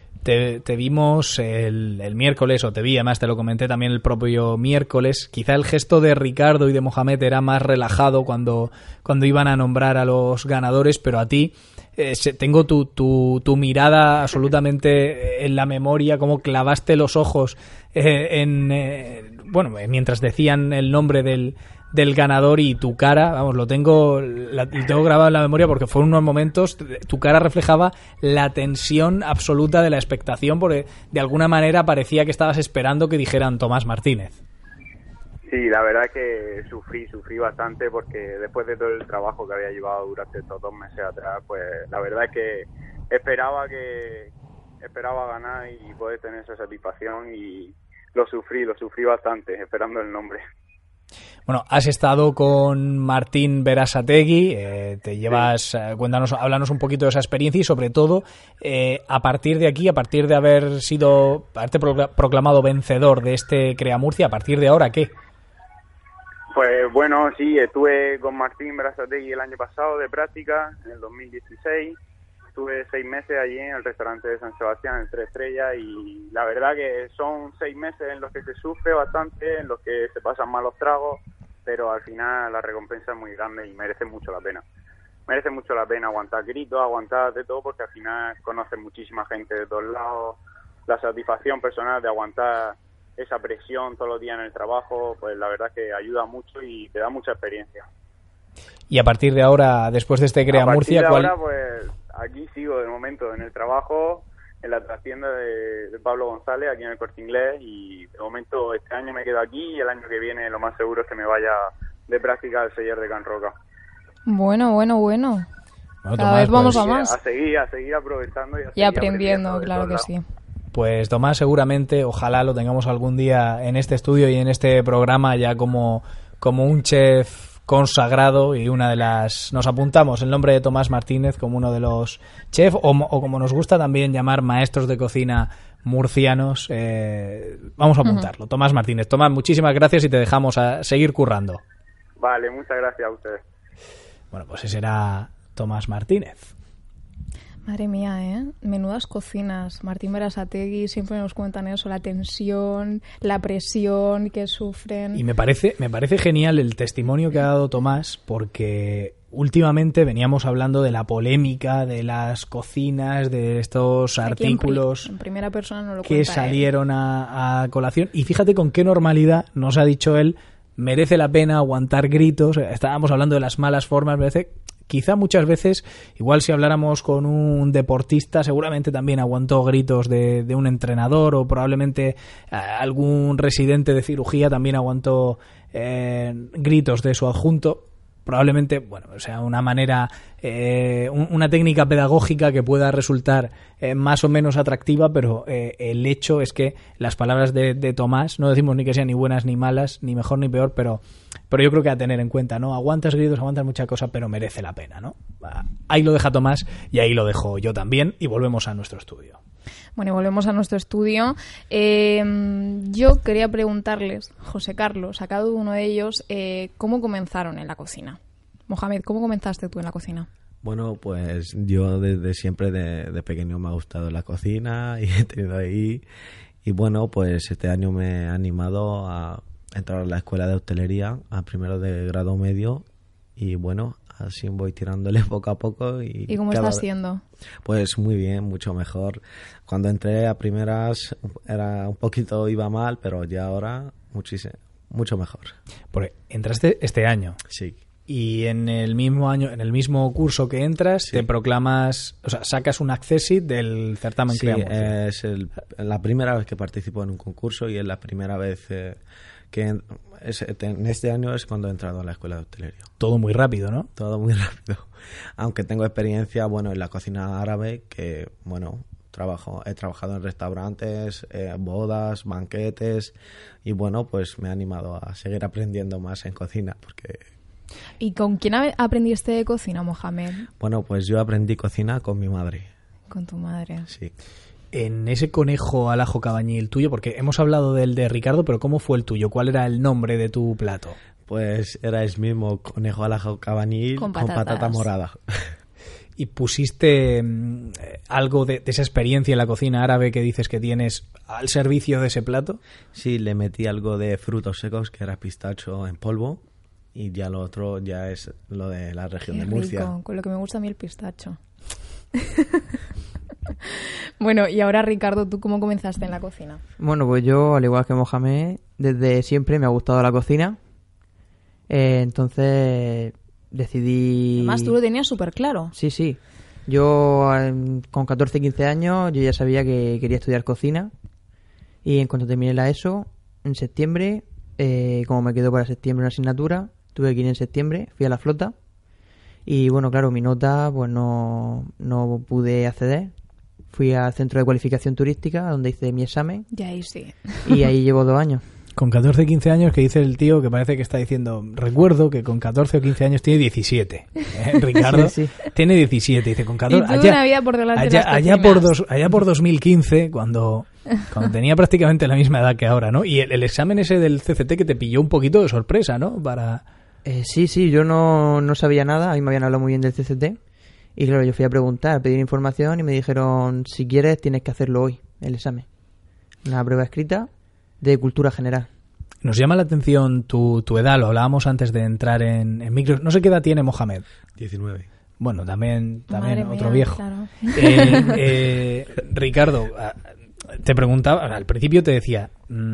S2: Te vimos el miércoles, o te vi, además te lo comenté también el propio miércoles. Quizá el gesto de Ricardo y de Mohamed era más relajado cuando iban a nombrar a los ganadores, pero a ti tengo tu mirada absolutamente en la memoria, cómo clavaste los ojos mientras decían el nombre del del ganador y tu cara, vamos, lo tengo grabado en la memoria porque fueron unos momentos, tu cara reflejaba la tensión absoluta de la expectación porque de alguna manera parecía que estabas esperando que dijeran Tomás Martínez.
S8: Sí, la verdad es que sufrí bastante porque después de todo el trabajo que había llevado durante estos 2 meses atrás, pues la verdad es que esperaba ganar y poder tener esa satisfacción y lo sufrí bastante esperando el nombre.
S2: Bueno, has estado con Martín Berasategui, te llevas, háblanos un poquito de esa experiencia y sobre todo, a partir de aquí, a partir de haberte proclamado vencedor de este Crea Murcia, a partir de ahora, ¿qué?
S8: Pues bueno, sí, estuve con Martín Berasategui el año pasado de práctica, en el 2016. Estuve 6 meses allí en el restaurante de San Sebastián, en 3 estrellas, y la verdad que son 6 meses en los que se sufre bastante, en los que se pasan malos tragos, pero al final la recompensa es muy grande y merece mucho la pena. Merece mucho la pena aguantar gritos, aguantar de todo, porque al final conoces muchísima gente de todos lados. La satisfacción personal de aguantar esa presión todos los días en el trabajo, pues la verdad que ayuda mucho y te da mucha experiencia.
S2: Y a partir de ahora, después de este Crea Murcia,
S8: ahora, pues aquí sigo de momento en el trabajo, en la trastienda de Pablo González, aquí en el Corte Inglés, y de momento este año me quedo aquí y el año que viene lo más seguro es que me vaya de práctica al Seller de Can Roca.
S3: Bueno. Cada
S2: Tomás,
S3: vez vamos
S2: pues,
S3: a más.
S8: A seguir aprovechando y
S3: aprendiendo, claro que sí.
S2: Pues Tomás, seguramente, ojalá lo tengamos algún día en este estudio y en este programa ya como un chef consagrado y nos apuntamos el nombre de Tomás Martínez como uno de los chefs o como nos gusta también llamar maestros de cocina murcianos. Vamos a apuntarlo. Tomás Martínez. Tomás, muchísimas gracias y te dejamos a seguir currando.
S8: Vale, muchas gracias a ustedes.
S2: Bueno, pues ese era Tomás Martínez.
S3: Madre mía, menudas cocinas. Martín Berasategui, siempre nos cuentan eso, la tensión, la presión que sufren.
S2: Y me parece genial el testimonio que ha dado Tomás, porque últimamente veníamos hablando de la polémica de las cocinas, de estos artículos
S3: en primera persona no lo
S2: que salieron a colación. Y fíjate con qué normalidad nos ha dicho él, merece la pena aguantar gritos. Estábamos hablando de las malas formas, merece... Quizá muchas veces, igual si habláramos con un deportista, seguramente también aguantó gritos de un entrenador o probablemente algún residente de cirugía también aguantó gritos de su adjunto. Probablemente, bueno, o sea, una manera, una técnica pedagógica que pueda resultar más o menos atractiva, pero el hecho es que las palabras de Tomás, no decimos ni que sean ni buenas ni malas, ni mejor ni peor, pero yo creo que a tener en cuenta, ¿no? Aguantas gritos, aguantas mucha cosa, pero merece la pena, ¿no? Ahí lo deja Tomás y ahí lo dejo yo también y volvemos a nuestro estudio.
S3: Bueno, y volvemos a nuestro estudio. Yo quería preguntarles, José Carlos, a cada uno de ellos, ¿cómo comenzaron en la cocina? Mohamed, ¿cómo comenzaste tú en la cocina?
S7: Bueno, pues yo desde siempre de pequeño me ha gustado la cocina y he tenido ahí. Y bueno, pues este año me he animado a entrar a la escuela de hostelería, a primero de grado medio. Y bueno, así voy tirándole poco a poco. ¿Y
S3: cómo estás haciendo?
S7: Pues muy bien, mucho mejor. Cuando entré a primeras iba mal, pero ya ahora mucho mejor.
S2: Porque entraste este año.
S7: Sí.
S2: Y en el mismo curso que entras, sí, te proclamas, o sea, sacas un accessit del certamen Crea Murcia.
S7: Sí, es la primera vez que participo en un concurso y es la primera vez que en este año es cuando he entrado a la escuela de hostelería.
S2: Todo muy rápido, ¿no?
S7: Todo muy rápido. Aunque tengo experiencia, bueno, en la cocina árabe, que, bueno, he trabajado en restaurantes, bodas, banquetes, y bueno, pues me ha animado a seguir aprendiendo más en cocina, porque...
S3: ¿Y con quién aprendiste de cocina, Mohamed?
S7: Bueno, pues yo aprendí cocina con mi madre.
S3: ¿Con tu madre?
S7: Sí.
S2: En ese conejo al ajo cabañil tuyo, porque hemos hablado del de Ricardo, pero ¿cómo fue el tuyo? ¿Cuál era el nombre de tu plato?
S7: Pues era el mismo conejo al ajo cabañil con patata morada.
S2: ¿Y pusiste algo de esa experiencia en la cocina árabe que dices que tienes al servicio de ese plato?
S7: Sí, le metí algo de frutos secos, que era pistacho en polvo. Y ya lo otro ya es lo de la región de Murcia.
S3: Rico, con lo que me gusta a mí el pistacho. Bueno, y ahora, Ricardo, ¿tú cómo comenzaste en la cocina?
S5: Bueno, pues yo, al igual que Mohamed, desde siempre me ha gustado la cocina. Entonces decidí...
S3: Además, tú lo tenías súper claro.
S5: Sí, sí. Yo con 14, 15 años yo ya sabía que quería estudiar cocina y en cuanto terminé la ESO, en septiembre, como me quedó para septiembre una asignatura, tuve que ir en septiembre, fui a la flota y bueno, claro, mi nota pues no pude acceder. Fui al centro de cualificación turística donde hice mi examen.
S3: Y ahí sí.
S5: Y ahí llevo 2 años.
S2: Con 14 15 años que dice el tío que parece que está diciendo, recuerdo que con 14 o 15 años tiene 17. Ricardo
S5: Sí.
S2: Tiene 17, dice con 14.
S3: Y tuve una vida por delante de las
S2: allá por 2015, cuando tenía prácticamente la misma edad que ahora, ¿no? Y el examen ese del CCT que te pilló un poquito de sorpresa, ¿no?
S5: Sí, yo no sabía nada, a mí me habían hablado muy bien del CCT. Y claro, yo fui a preguntar, a pedir información y me dijeron, si quieres tienes que hacerlo hoy, el examen. Una prueba escrita de cultura general.
S2: Nos llama la atención tu edad, lo hablábamos antes de entrar en micros. No sé qué edad tiene Mohamed.
S7: 19.
S2: Bueno, también
S3: Madre
S2: otro
S3: mía,
S2: viejo.
S3: claro.
S2: Ricardo, te preguntaba, al principio te decía,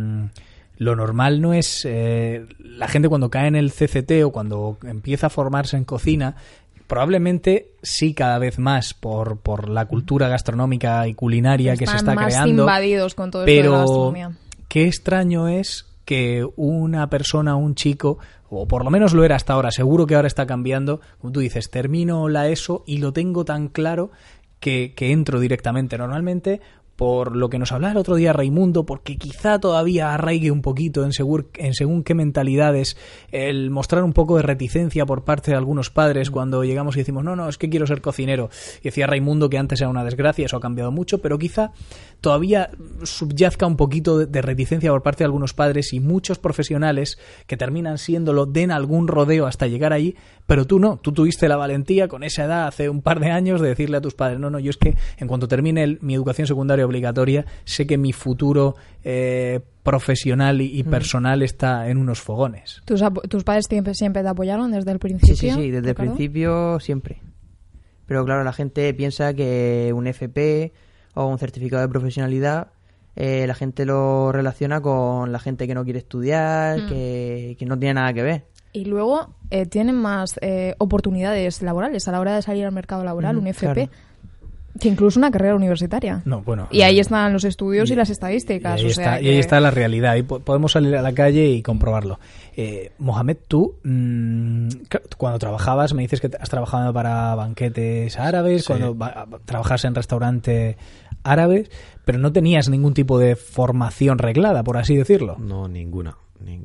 S2: lo normal no es la gente cuando cae en el CCT o cuando empieza a formarse en cocina, probablemente sí cada vez más por la cultura gastronómica y culinaria que se está
S3: más
S2: creando.
S3: Invadidos con todo esto de la gastronomía.
S2: Qué extraño es que una persona, un chico, o por lo menos lo era hasta ahora, seguro que ahora está cambiando, como tú dices, termino la ESO y lo tengo tan claro que entro directamente. Normalmente, por lo que nos hablaba el otro día Raimundo, porque quizá todavía arraigue un poquito en según qué mentalidades el mostrar un poco de reticencia por parte de algunos padres cuando llegamos y decimos no, es que quiero ser cocinero. Y decía Raimundo que antes era una desgracia, eso ha cambiado mucho, pero quizá todavía subyazca un poquito de reticencia por parte de algunos padres y muchos profesionales que terminan siéndolo, den algún rodeo hasta llegar allí, pero tú no, tú tuviste la valentía con esa edad hace un par de años de decirle a tus padres, no, yo es que en cuanto termine mi educación secundaria obligatoria, sé que mi futuro profesional y personal está en unos fogones.
S3: ¿Tus padres siempre te apoyaron desde el principio?
S5: Sí, desde el principio siempre. Pero claro, la gente piensa que un FP o un certificado de profesionalidad, la gente lo relaciona con la gente que no quiere estudiar, que no tiene nada que ver.
S3: Y luego tienen más oportunidades laborales a la hora de salir al mercado laboral, un FP.
S5: Claro.
S3: Que incluso una carrera universitaria.
S2: No, bueno.
S3: Y ahí están los estudios y las estadísticas.
S2: Y ahí está la realidad. Y podemos salir a la calle y comprobarlo. Mohamed, tú, cuando trabajabas, me dices que has trabajado para banquetes árabes, sí. Cuando trabajas en restaurante árabes, pero no tenías ningún tipo de formación reglada, por así decirlo.
S7: No, ninguna.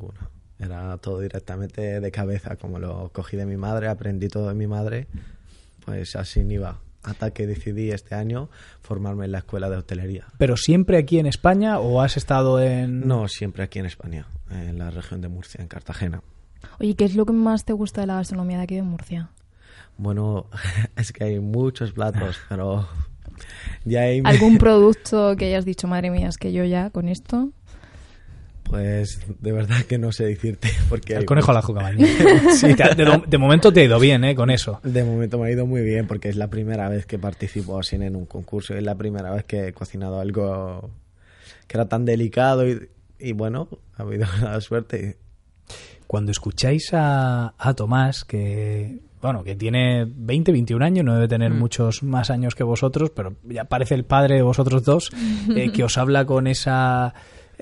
S7: Era todo directamente de cabeza, como lo cogí de mi madre, aprendí todo de mi madre, pues así ni va. Hasta que decidí este año formarme en la escuela de hostelería.
S2: ¿Pero siempre aquí en España o has estado en...?
S7: No, siempre aquí en España, en la región de Murcia, en Cartagena.
S3: Oye, ¿qué es lo que más te gusta de la gastronomía de aquí de Murcia?
S7: Bueno, es que hay muchos platos, pero ya hay...
S3: ¿Algún producto que hayas dicho, madre mía, es que yo ya con esto...?
S7: Pues de verdad que no sé decirte porque
S2: el conejo a la jucabaña. Sí, de momento te ha ido bien, con eso.
S7: De momento me ha ido muy bien porque es la primera vez que participo así en un concurso, es la primera vez que he cocinado algo que era tan delicado y bueno, ha habido la suerte.
S2: Cuando escucháis a Tomás, que tiene 20, 21 años, no debe tener muchos más años que vosotros, pero ya parece el padre de vosotros dos, que os habla con esa...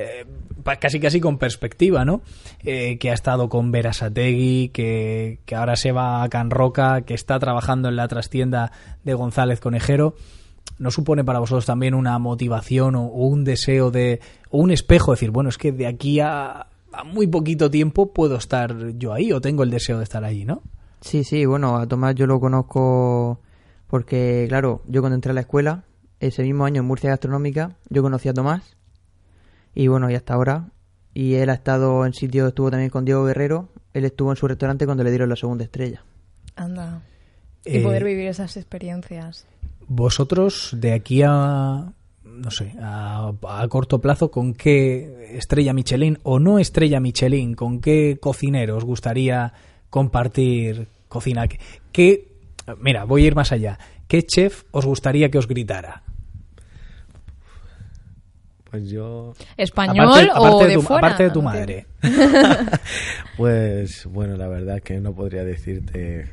S2: casi con perspectiva, ¿no? Que ha estado con Berasategui, que ahora se va a Can Roca, que está trabajando en la trastienda de González Conejero. ¿No supone para vosotros también una motivación o un deseo o un espejo? Decir, bueno, es que de aquí a muy poquito tiempo puedo estar yo ahí o tengo el deseo de estar allí, ¿no?
S5: Sí, bueno, a Tomás yo lo conozco porque, claro, yo cuando entré a la escuela, ese mismo año en Murcia Gastronómica, yo conocí a Tomás. Y bueno, y hasta ahora. Y él ha estado en sitios, estuvo también con Diego Guerrero. Él estuvo en su restaurante cuando le dieron la segunda estrella.
S3: Anda. Y poder vivir esas experiencias.
S2: Vosotros, de aquí a, no sé, a corto plazo, ¿con qué estrella Michelin o no estrella Michelin, con qué cocinero os gustaría compartir cocina? Mira, voy a ir más allá. ¿Qué chef os gustaría que os gritara?
S7: Pues yo...
S3: ¿Español
S2: Aparte
S3: o de
S2: tu,
S3: fuera?
S2: aparte de tu
S3: No
S2: madre.
S7: Pues bueno, la verdad que no podría decirte...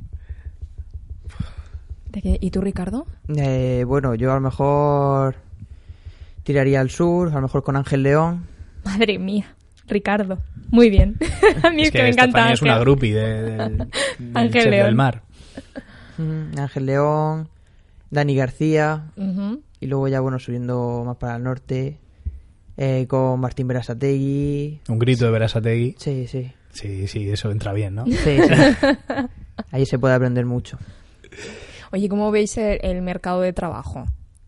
S3: ¿De qué? ¿Y tú, Ricardo?
S5: Bueno, yo a lo mejor tiraría al sur, a lo mejor con Ángel León.
S3: Madre mía, Ricardo. Muy bien. A mí es que me encanta
S2: Estefanía
S3: Ángel.
S2: es una groupie del
S3: Ángel
S2: chef
S3: León.
S2: del mar.
S5: Ángel León, Dani García,
S3: Ujú.
S5: y luego ya, bueno, subiendo más para el norte, con Martín Berasategui.
S2: Un grito de Berasategui.
S5: Sí, sí.
S2: Sí, eso entra bien, ¿no?
S5: Sí, sí. Ahí se puede aprender mucho.
S3: Oye, ¿cómo veis el mercado de trabajo?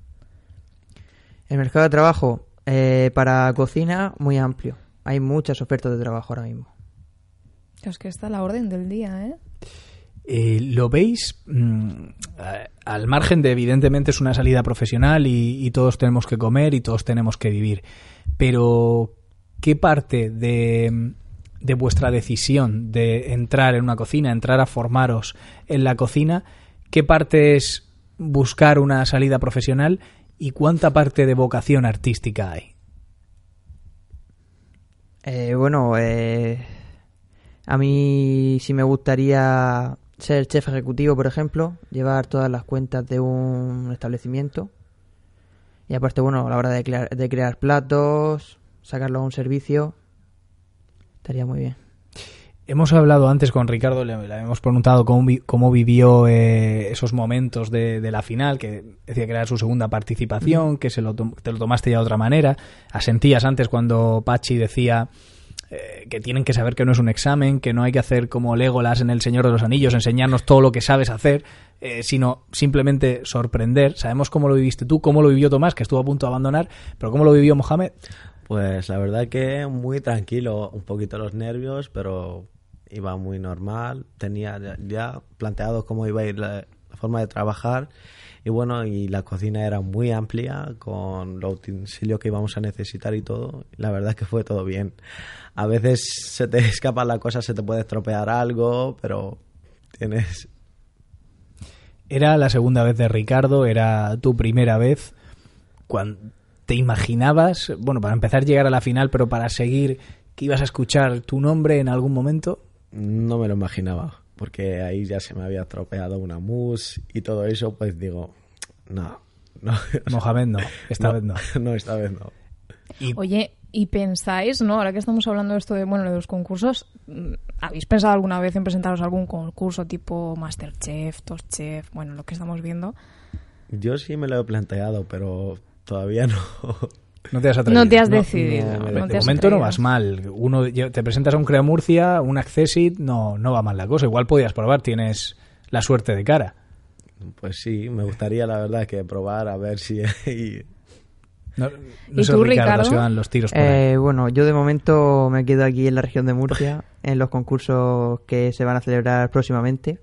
S5: El mercado de trabajo para cocina muy amplio. Hay muchas ofertas de trabajo ahora mismo.
S3: Es que está a la orden del día, ¿eh?
S2: ¿Lo veis? Al margen de, evidentemente, es una salida profesional y todos tenemos que comer y todos tenemos que vivir. Pero, ¿qué parte de vuestra decisión de entrar en una cocina, entrar a formaros en la cocina, qué parte es buscar una salida profesional y cuánta parte de vocación artística hay?
S5: Bueno, a mí sí me gustaría ser chef ejecutivo, por ejemplo, llevar todas las cuentas de un establecimiento. Y aparte, bueno, a la hora de crear platos, sacarlo a un servicio, estaría muy bien.
S2: Hemos hablado antes con Ricardo, le hemos preguntado cómo vivió esos momentos de la final, que decía que era su segunda participación, que te lo tomaste ya de otra manera. Asentías antes cuando Pachi decía que tienen que saber que no es un examen, que no hay que hacer como Legolas en El Señor de los Anillos, enseñarnos todo lo que sabes hacer, sino simplemente sorprender. Sabemos cómo lo viviste tú, cómo lo vivió Tomás, que estuvo a punto de abandonar, pero cómo lo vivió Mohamed.
S7: Pues la verdad que muy tranquilo, un poquito los nervios, pero iba muy normal. Tenía ya planteado cómo iba a ir la forma de trabajar y bueno, y la cocina era muy amplia con los utensilios que íbamos a necesitar y todo. La verdad es que fue todo bien. A veces se te escapa la cosa, se te puede estropear algo, pero tienes...
S2: Era la segunda vez de Ricardo, era tu primera vez. Cuando te imaginabas, bueno, para empezar llegar a la final, pero para seguir, que ibas a escuchar tu nombre en algún momento.
S7: No me lo imaginaba, porque ahí ya se me había estropeado una mousse y todo eso, pues digo, no.
S2: Mohamed no, esta vez no.
S7: No, esta vez no.
S3: Oye, ¿y pensáis, no? Ahora que estamos hablando de esto de, bueno, de los concursos, ¿habéis pensado alguna vez en presentaros a algún concurso tipo Masterchef, Top Chef, bueno, lo que estamos viendo?
S7: Yo sí me lo he planteado, pero todavía no.
S2: No te has atrevido.
S3: No te has decidido.
S7: no,
S2: De
S3: te has
S2: momento no
S3: atrevido.
S2: vas mal. Te presentas a un Crea Murcia, un Accessit, no va mal la cosa. Igual podías probar, tienes la suerte de cara.
S7: Pues sí, me gustaría la verdad que probar a ver si hay...
S2: No
S3: ¿Y
S2: sé,
S3: tú,
S2: Ricardo,
S3: Ricardo?
S2: si van los tiros por ahí.
S5: Bueno, yo de momento me quedo aquí en la región de Murcia, en los concursos que se van a celebrar próximamente.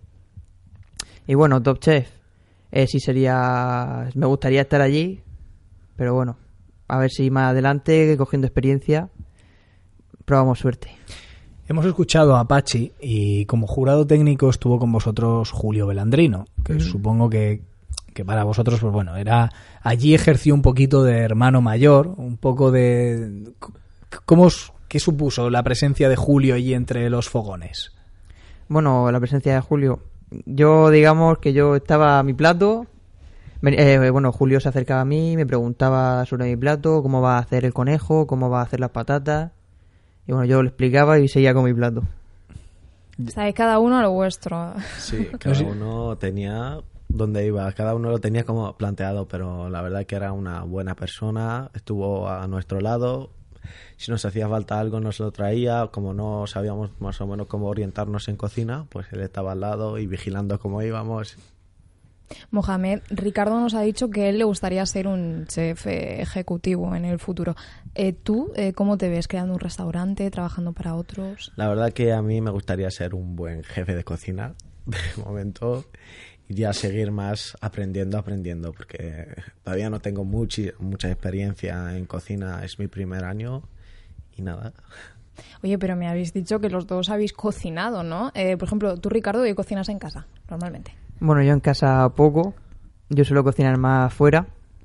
S5: Y bueno, Top Chef, sí sería... Me gustaría estar allí, pero bueno, a ver si más adelante, cogiendo experiencia, probamos suerte.
S2: Hemos escuchado a Pachi y como jurado técnico estuvo con vosotros Julio Belandrino, que supongo que para vosotros, pues bueno, allí ejerció un poquito de hermano mayor, un poco de... ¿Qué supuso la presencia de Julio allí entre los fogones?
S5: Bueno, la presencia de Julio, yo digamos que yo estaba a mi plato, bueno, Julio se acercaba a mí, me preguntaba sobre mi plato, cómo va a hacer el conejo, cómo va a hacer las patatas, y bueno, yo le explicaba y seguía con mi plato.
S3: Estáis cada uno a lo vuestro.
S7: Sí, cada uno tenía donde iba, cada uno lo tenía como planteado, pero la verdad que era una buena persona, estuvo a nuestro lado. Si nos hacía falta algo nos lo traía, como no sabíamos más o menos cómo orientarnos en cocina, pues él estaba al lado y vigilando cómo íbamos.
S3: Mohamed, Ricardo nos ha dicho que él le gustaría ser un chef ejecutivo en el futuro. ¿Tú cómo te ves? ¿Creando un restaurante, trabajando para otros?
S7: La verdad que a mí me gustaría ser un buen jefe de cocina, de momento, y ya seguir más aprendiendo, porque todavía no tengo mucha experiencia en cocina, es mi primer año y nada.
S3: Oye, pero me habéis dicho que los dos habéis cocinado, ¿no? Por ejemplo, tú, Ricardo, ¿qué cocinas en casa, normalmente?
S5: Bueno, yo en casa poco, yo suelo cocinar más fuera,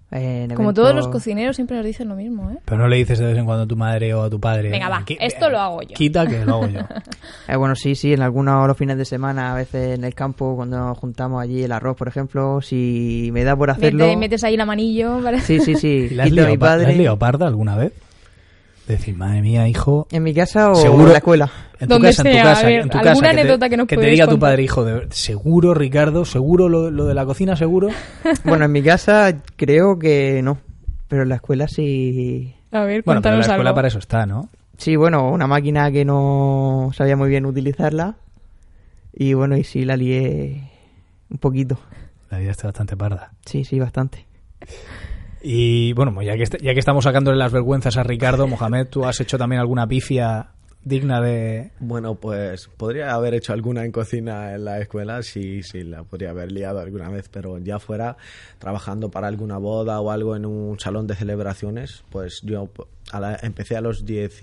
S5: En
S3: Como
S5: eventos-
S3: todos los cocineros siempre nos dicen lo mismo, ¿eh?
S2: Pero no le dices de vez en cuando a tu madre o a tu padre.
S3: Venga, va, esto lo hago yo.
S2: Quita que lo hago yo.
S5: Bueno, sí, en algunos los fines de semana, a veces en el campo, cuando nos juntamos allí el arroz, por ejemplo, si me da por hacerlo...
S3: Metes ahí la manillo, ¿vale?
S5: Sí.
S2: ¿La has
S5: Quito a mi
S2: liado, ¿la has
S5: padre.
S2: liado parda alguna vez? Decir, madre mía, hijo...
S5: ¿En mi casa o
S2: Seguro-
S5: en la escuela?
S2: En tu
S3: Donde
S2: casa, en tu
S3: sea,
S2: casa,
S3: a ver,
S2: en tu
S3: ¿alguna
S2: casa,
S3: anécdota que nos
S2: te
S3: puedes
S2: diga tu
S3: contar?
S2: padre, hijo, seguro, Ricardo, seguro lo de la cocina, seguro.
S5: Bueno, en mi casa creo que no, pero en la escuela sí...
S3: A ver,
S2: Bueno, pero la
S3: cuéntanos
S2: escuela
S3: algo.
S2: para eso está, ¿no?
S5: Sí, bueno, una máquina que no sabía muy bien utilizarla y bueno, y sí la lié un poquito.
S2: La vida está bastante parda.
S5: Sí, bastante.
S2: Y bueno, pues ya que estamos sacándole las vergüenzas a Ricardo, Mohamed, ¿tú has hecho también alguna pifia digna de...?
S7: Bueno, pues podría haber hecho alguna en cocina en la escuela, sí, la podría haber liado alguna vez, pero ya fuera trabajando para alguna boda o algo en un salón de celebraciones, pues yo empecé a los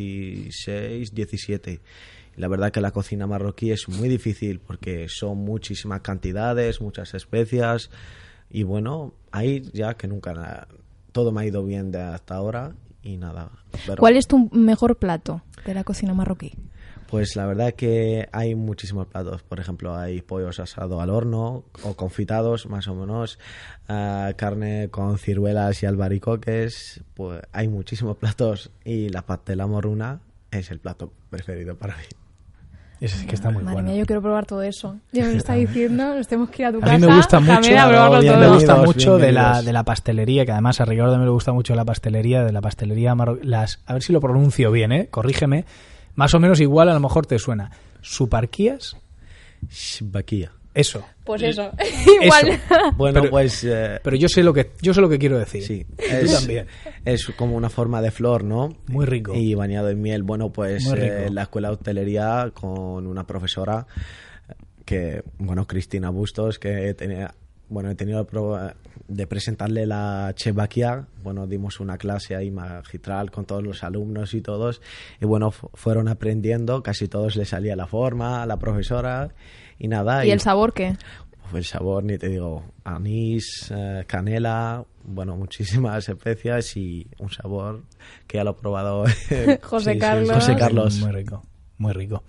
S7: 16, 17. Y la verdad que la cocina marroquí es muy difícil porque son muchísimas cantidades, muchas especias y bueno, ahí ya que nunca todo me ha ido bien de hasta ahora y nada. Pero...
S3: ¿Cuál es tu mejor plato de la cocina marroquí?
S7: Pues la verdad que hay muchísimos platos. Por ejemplo, hay pollos asados al horno o confitados, más o menos, carne con ciruelas y albaricoques. Pues hay muchísimos platos y la pastela morruna es el plato preferido para mí.
S2: Es que está muy
S3: Madre
S2: bueno.
S3: mía, yo quiero probar todo eso. Ya me está diciendo, nos tenemos que ir a tu
S2: A
S3: casa.
S2: mí me gusta mucho,
S3: Mohamed, a probarlo
S7: bien,
S3: todo.
S2: me gusta
S7: Bienvenidos,
S2: mucho de
S7: bienvenidos.
S2: la pastelería, que además a Ricardo también le gusta mucho de la pastelería marroquí. A ver si lo pronuncio bien, corrígeme. Más o menos igual, a lo mejor te suena. ¿Suparquías?
S7: Shbakia.
S2: Eso.
S3: Pues eso, igual.
S2: Eso.
S7: Bueno,
S2: Pero-
S7: pues
S2: Pero yo sé lo que quiero decir.
S7: sí,
S2: Y tú también.
S7: es como una forma de flor, ¿no?
S2: Muy rico.
S7: Y bañado en miel. Bueno, pues
S2: Muy rico.
S7: en la escuela de hostelería con una profesora que, bueno, Cristina Bustos, que he tenido la prueba de presentarle la Chevaquia. Bueno, dimos una clase ahí magistral con todos los alumnos y todos. Y bueno, fueron aprendiendo, casi todos les salía la forma, a la profesora y nada.
S3: ¿Y el sabor qué?
S7: El sabor, ni te digo, anís, canela, bueno, muchísimas especias y un sabor que ya lo he probado.
S3: José
S7: Sí,
S3: Carlos.
S7: José Carlos.
S2: Muy rico, muy rico.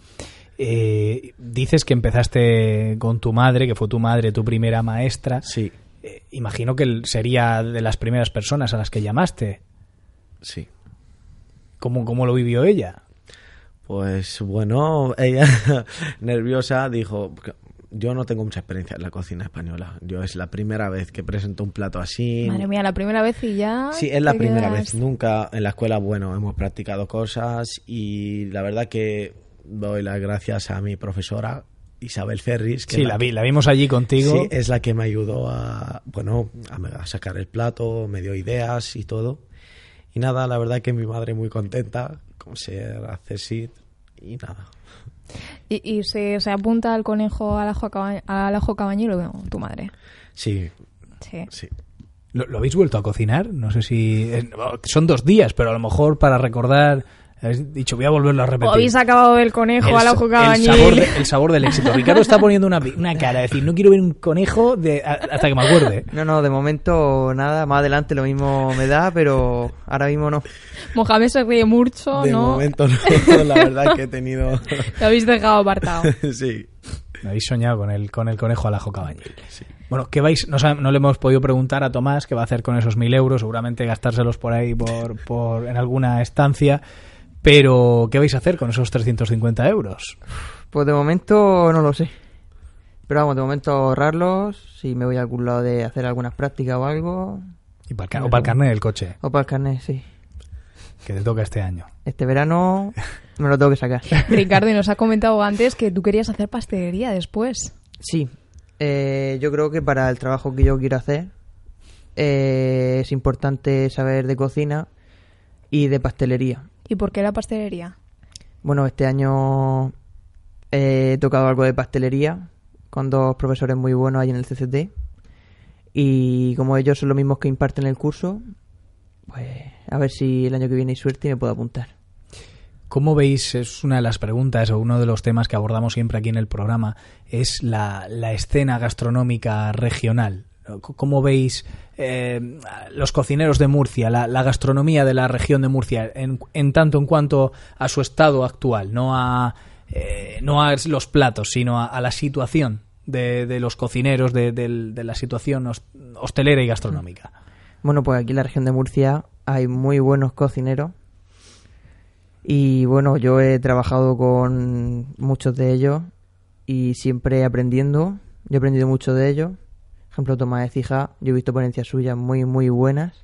S2: Dices que empezaste con tu madre, que fue tu madre tu primera maestra.
S7: Sí,
S2: Imagino que sería de las primeras personas a las que llamaste.
S7: sí.
S2: ¿Cómo lo vivió ella?
S7: Pues bueno, ella nerviosa dijo, yo no tengo mucha experiencia en la cocina española. Yo es la primera vez que presento un plato así.
S3: Madre mía, la primera vez y ya...
S7: Sí, es la
S3: te
S7: primera
S3: quedas-
S7: vez. Nunca en la escuela, bueno, hemos practicado cosas y la verdad que doy las gracias a mi profesora Isabel Ferris. Que
S2: Sí,
S7: es
S2: la vimos allí contigo.
S7: Sí, es la que me ayudó a sacar el plato, me dio ideas y todo. Y nada, la verdad que mi madre muy contenta con ser accessit y nada.
S3: Y se apunta al conejo al ajo cabañero, bueno, tu madre.
S7: Sí,
S3: Sí.
S7: sí.
S2: ¿Lo habéis vuelto a cocinar? No sé si... son 2 días, pero a lo mejor para recordar... Habéis dicho, voy a volverlo a repetir.
S3: O habéis acabado el conejo al ajo cabañil.
S2: El sabor del éxito. Ricardo está poniendo una cara, es decir, no quiero ver un conejo hasta que me acuerde.
S5: No, de momento nada, más adelante lo mismo me da, pero ahora mismo no.
S3: Mohamed se ríe mucho,
S7: De
S3: ¿no?
S7: momento no, la verdad que he tenido...
S3: Lo habéis dejado apartado.
S7: Sí.
S2: Me habéis soñado con el conejo al ajo cabañil. Bueno, ¿qué vais? No le hemos podido preguntar a Tomás qué va a hacer con esos 1.000 euros, seguramente gastárselos por ahí en alguna estancia, pero ¿qué vais a hacer con esos 350 euros?
S5: Pues de momento no lo sé. Pero vamos, de momento ahorrarlos, si me voy a algún lado de hacer algunas prácticas o algo.
S2: O para el carnet del coche,
S5: O para el carnet, sí.
S2: que te toca este año.
S5: Este verano me lo tengo que sacar.
S3: Ricardo, y nos ha comentado antes que tú querías hacer pastelería después.
S5: Sí, yo creo que para el trabajo que yo quiero hacer es importante saber de cocina y de pastelería.
S3: ¿Y por qué la pastelería?
S5: Bueno, este año he tocado algo de pastelería con 2 profesores muy buenos ahí en el CCT y como ellos son los mismos que imparten el curso, pues a ver si el año que viene hay suerte y me puedo apuntar.
S2: ¿Cómo veis? Es una de las preguntas o uno de los temas que abordamos siempre aquí en el programa, es la escena gastronómica regional. ¿Cómo veis los cocineros de Murcia, la gastronomía de la región de Murcia, en tanto en cuanto a su estado actual, no a los platos, sino a la situación de los cocineros, de la situación hostelera y gastronómica?
S5: Bueno, pues aquí en la región de Murcia hay muy buenos cocineros y bueno, yo he trabajado con muchos de ellos y siempre aprendiendo. Yo he aprendido mucho de ellos. Por ejemplo, Tomás Ecija, yo he visto ponencias suyas muy, muy buenas.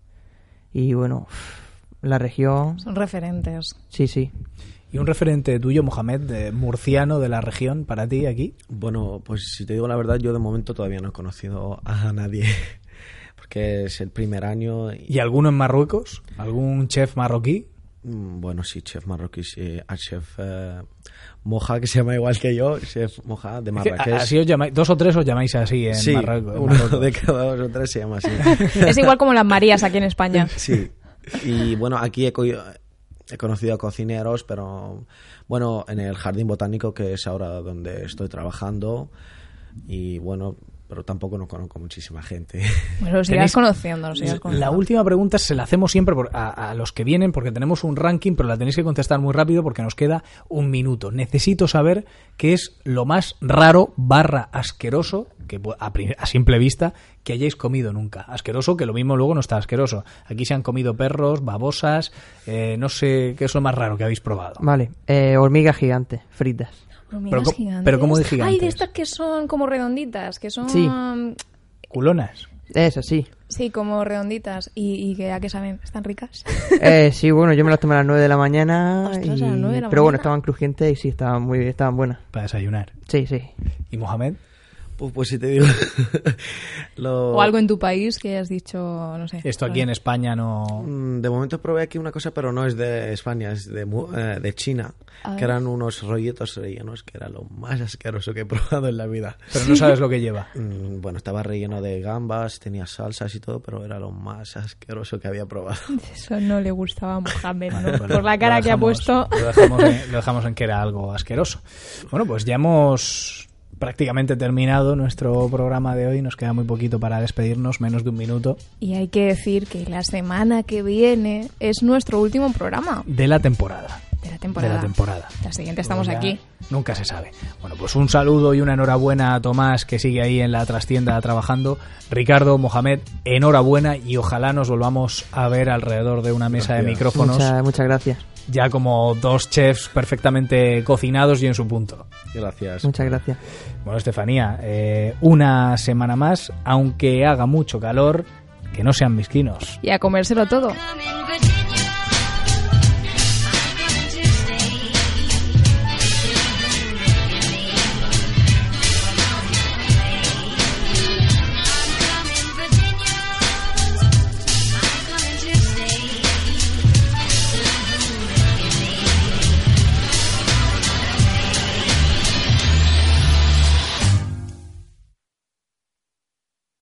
S5: Y bueno, la región...
S3: Son referentes.
S5: Sí, sí.
S2: ¿Y un referente tuyo, Mohamed, murciano de la región, para ti aquí?
S7: Bueno, pues si te digo la verdad, yo de momento todavía no he conocido a nadie. Porque es el primer año.
S2: ¿Y alguno en Marruecos? ¿Algún chef marroquí?
S7: Bueno, sí, chef marroquí, sí. Al chef Moja, que se llama igual que yo, chef Moja de Marrakech.
S2: Así os llamáis, 2 o 3 os llamáis así en
S7: sí,
S2: Marruecos.
S7: Uno de cada 2 o 3 se llama así.
S3: Es igual como las Marías aquí en España.
S7: Sí. Y bueno, aquí he conocido a cocineros, pero bueno, en el Jardín Botánico, que es ahora donde estoy trabajando, y bueno, pero tampoco no conozco muchísima gente.
S3: Bueno, lo sigas conociendo.
S2: La última pregunta se la hacemos siempre a los que vienen, porque tenemos un ranking, pero la tenéis que contestar muy rápido porque nos queda 1 minuto. Necesito saber qué es lo más raro / asqueroso, que a simple vista, que hayáis comido nunca. Asqueroso, que lo mismo luego no está asqueroso. Aquí se han comido perros, babosas, no sé qué es lo más raro que habéis probado.
S5: Vale, hormigas gigantes, fritas.
S2: Pero ¿cómo de gigantes?
S3: Ay, de estas que son como redonditas, que son...
S5: Sí.
S2: ¿Culonas?
S5: Eso, sí.
S3: Sí, como redonditas. ¿Y a qué saben? ¿Están ricas?
S5: Sí, bueno, yo me las tomé a las 9 de la mañana.
S3: Ostras, a las 9 de la mañana.
S5: Pero bueno, estaban crujientes y sí, estaban buenas.
S2: Para desayunar.
S5: Sí, sí.
S2: ¿Y Mohamed?
S7: Pues si te digo...
S3: O algo en tu país que hayas dicho, no sé.
S2: Esto aquí en España no...
S7: De momento probé aquí una cosa, pero no es de España, es de China, que eran unos rollitos rellenos, que era lo más asqueroso que he probado en la vida.
S2: Pero no sabes lo que lleva.
S7: Bueno, estaba relleno de gambas, tenía salsas y todo, pero era lo más asqueroso que había probado.
S3: Eso no le gustaba a Mohamed, ¿no? Por la cara que ha puesto.
S2: Lo dejamos en que era algo asqueroso. Bueno, pues ya hemos prácticamente terminado nuestro programa de hoy. Nos queda muy poquito para despedirnos, menos de 1 minuto.
S3: Y hay que decir que la semana que viene es nuestro último programa.
S2: De la temporada.
S3: De la temporada. La siguiente estamos aquí.
S2: Nunca se sabe. Bueno, pues un saludo y una enhorabuena a Tomás, que sigue ahí en la trastienda trabajando. Ricardo, Mohamed, enhorabuena y ojalá nos volvamos a ver alrededor de una mesa de micrófonos.
S5: Muchas gracias.
S2: Ya como 2 chefs perfectamente cocinados y en su punto.
S7: Gracias.
S5: Muchas gracias.
S2: Bueno, Estefanía, una semana más, aunque haga mucho calor, que no sean mezquinos.
S3: Y a comérselo todo.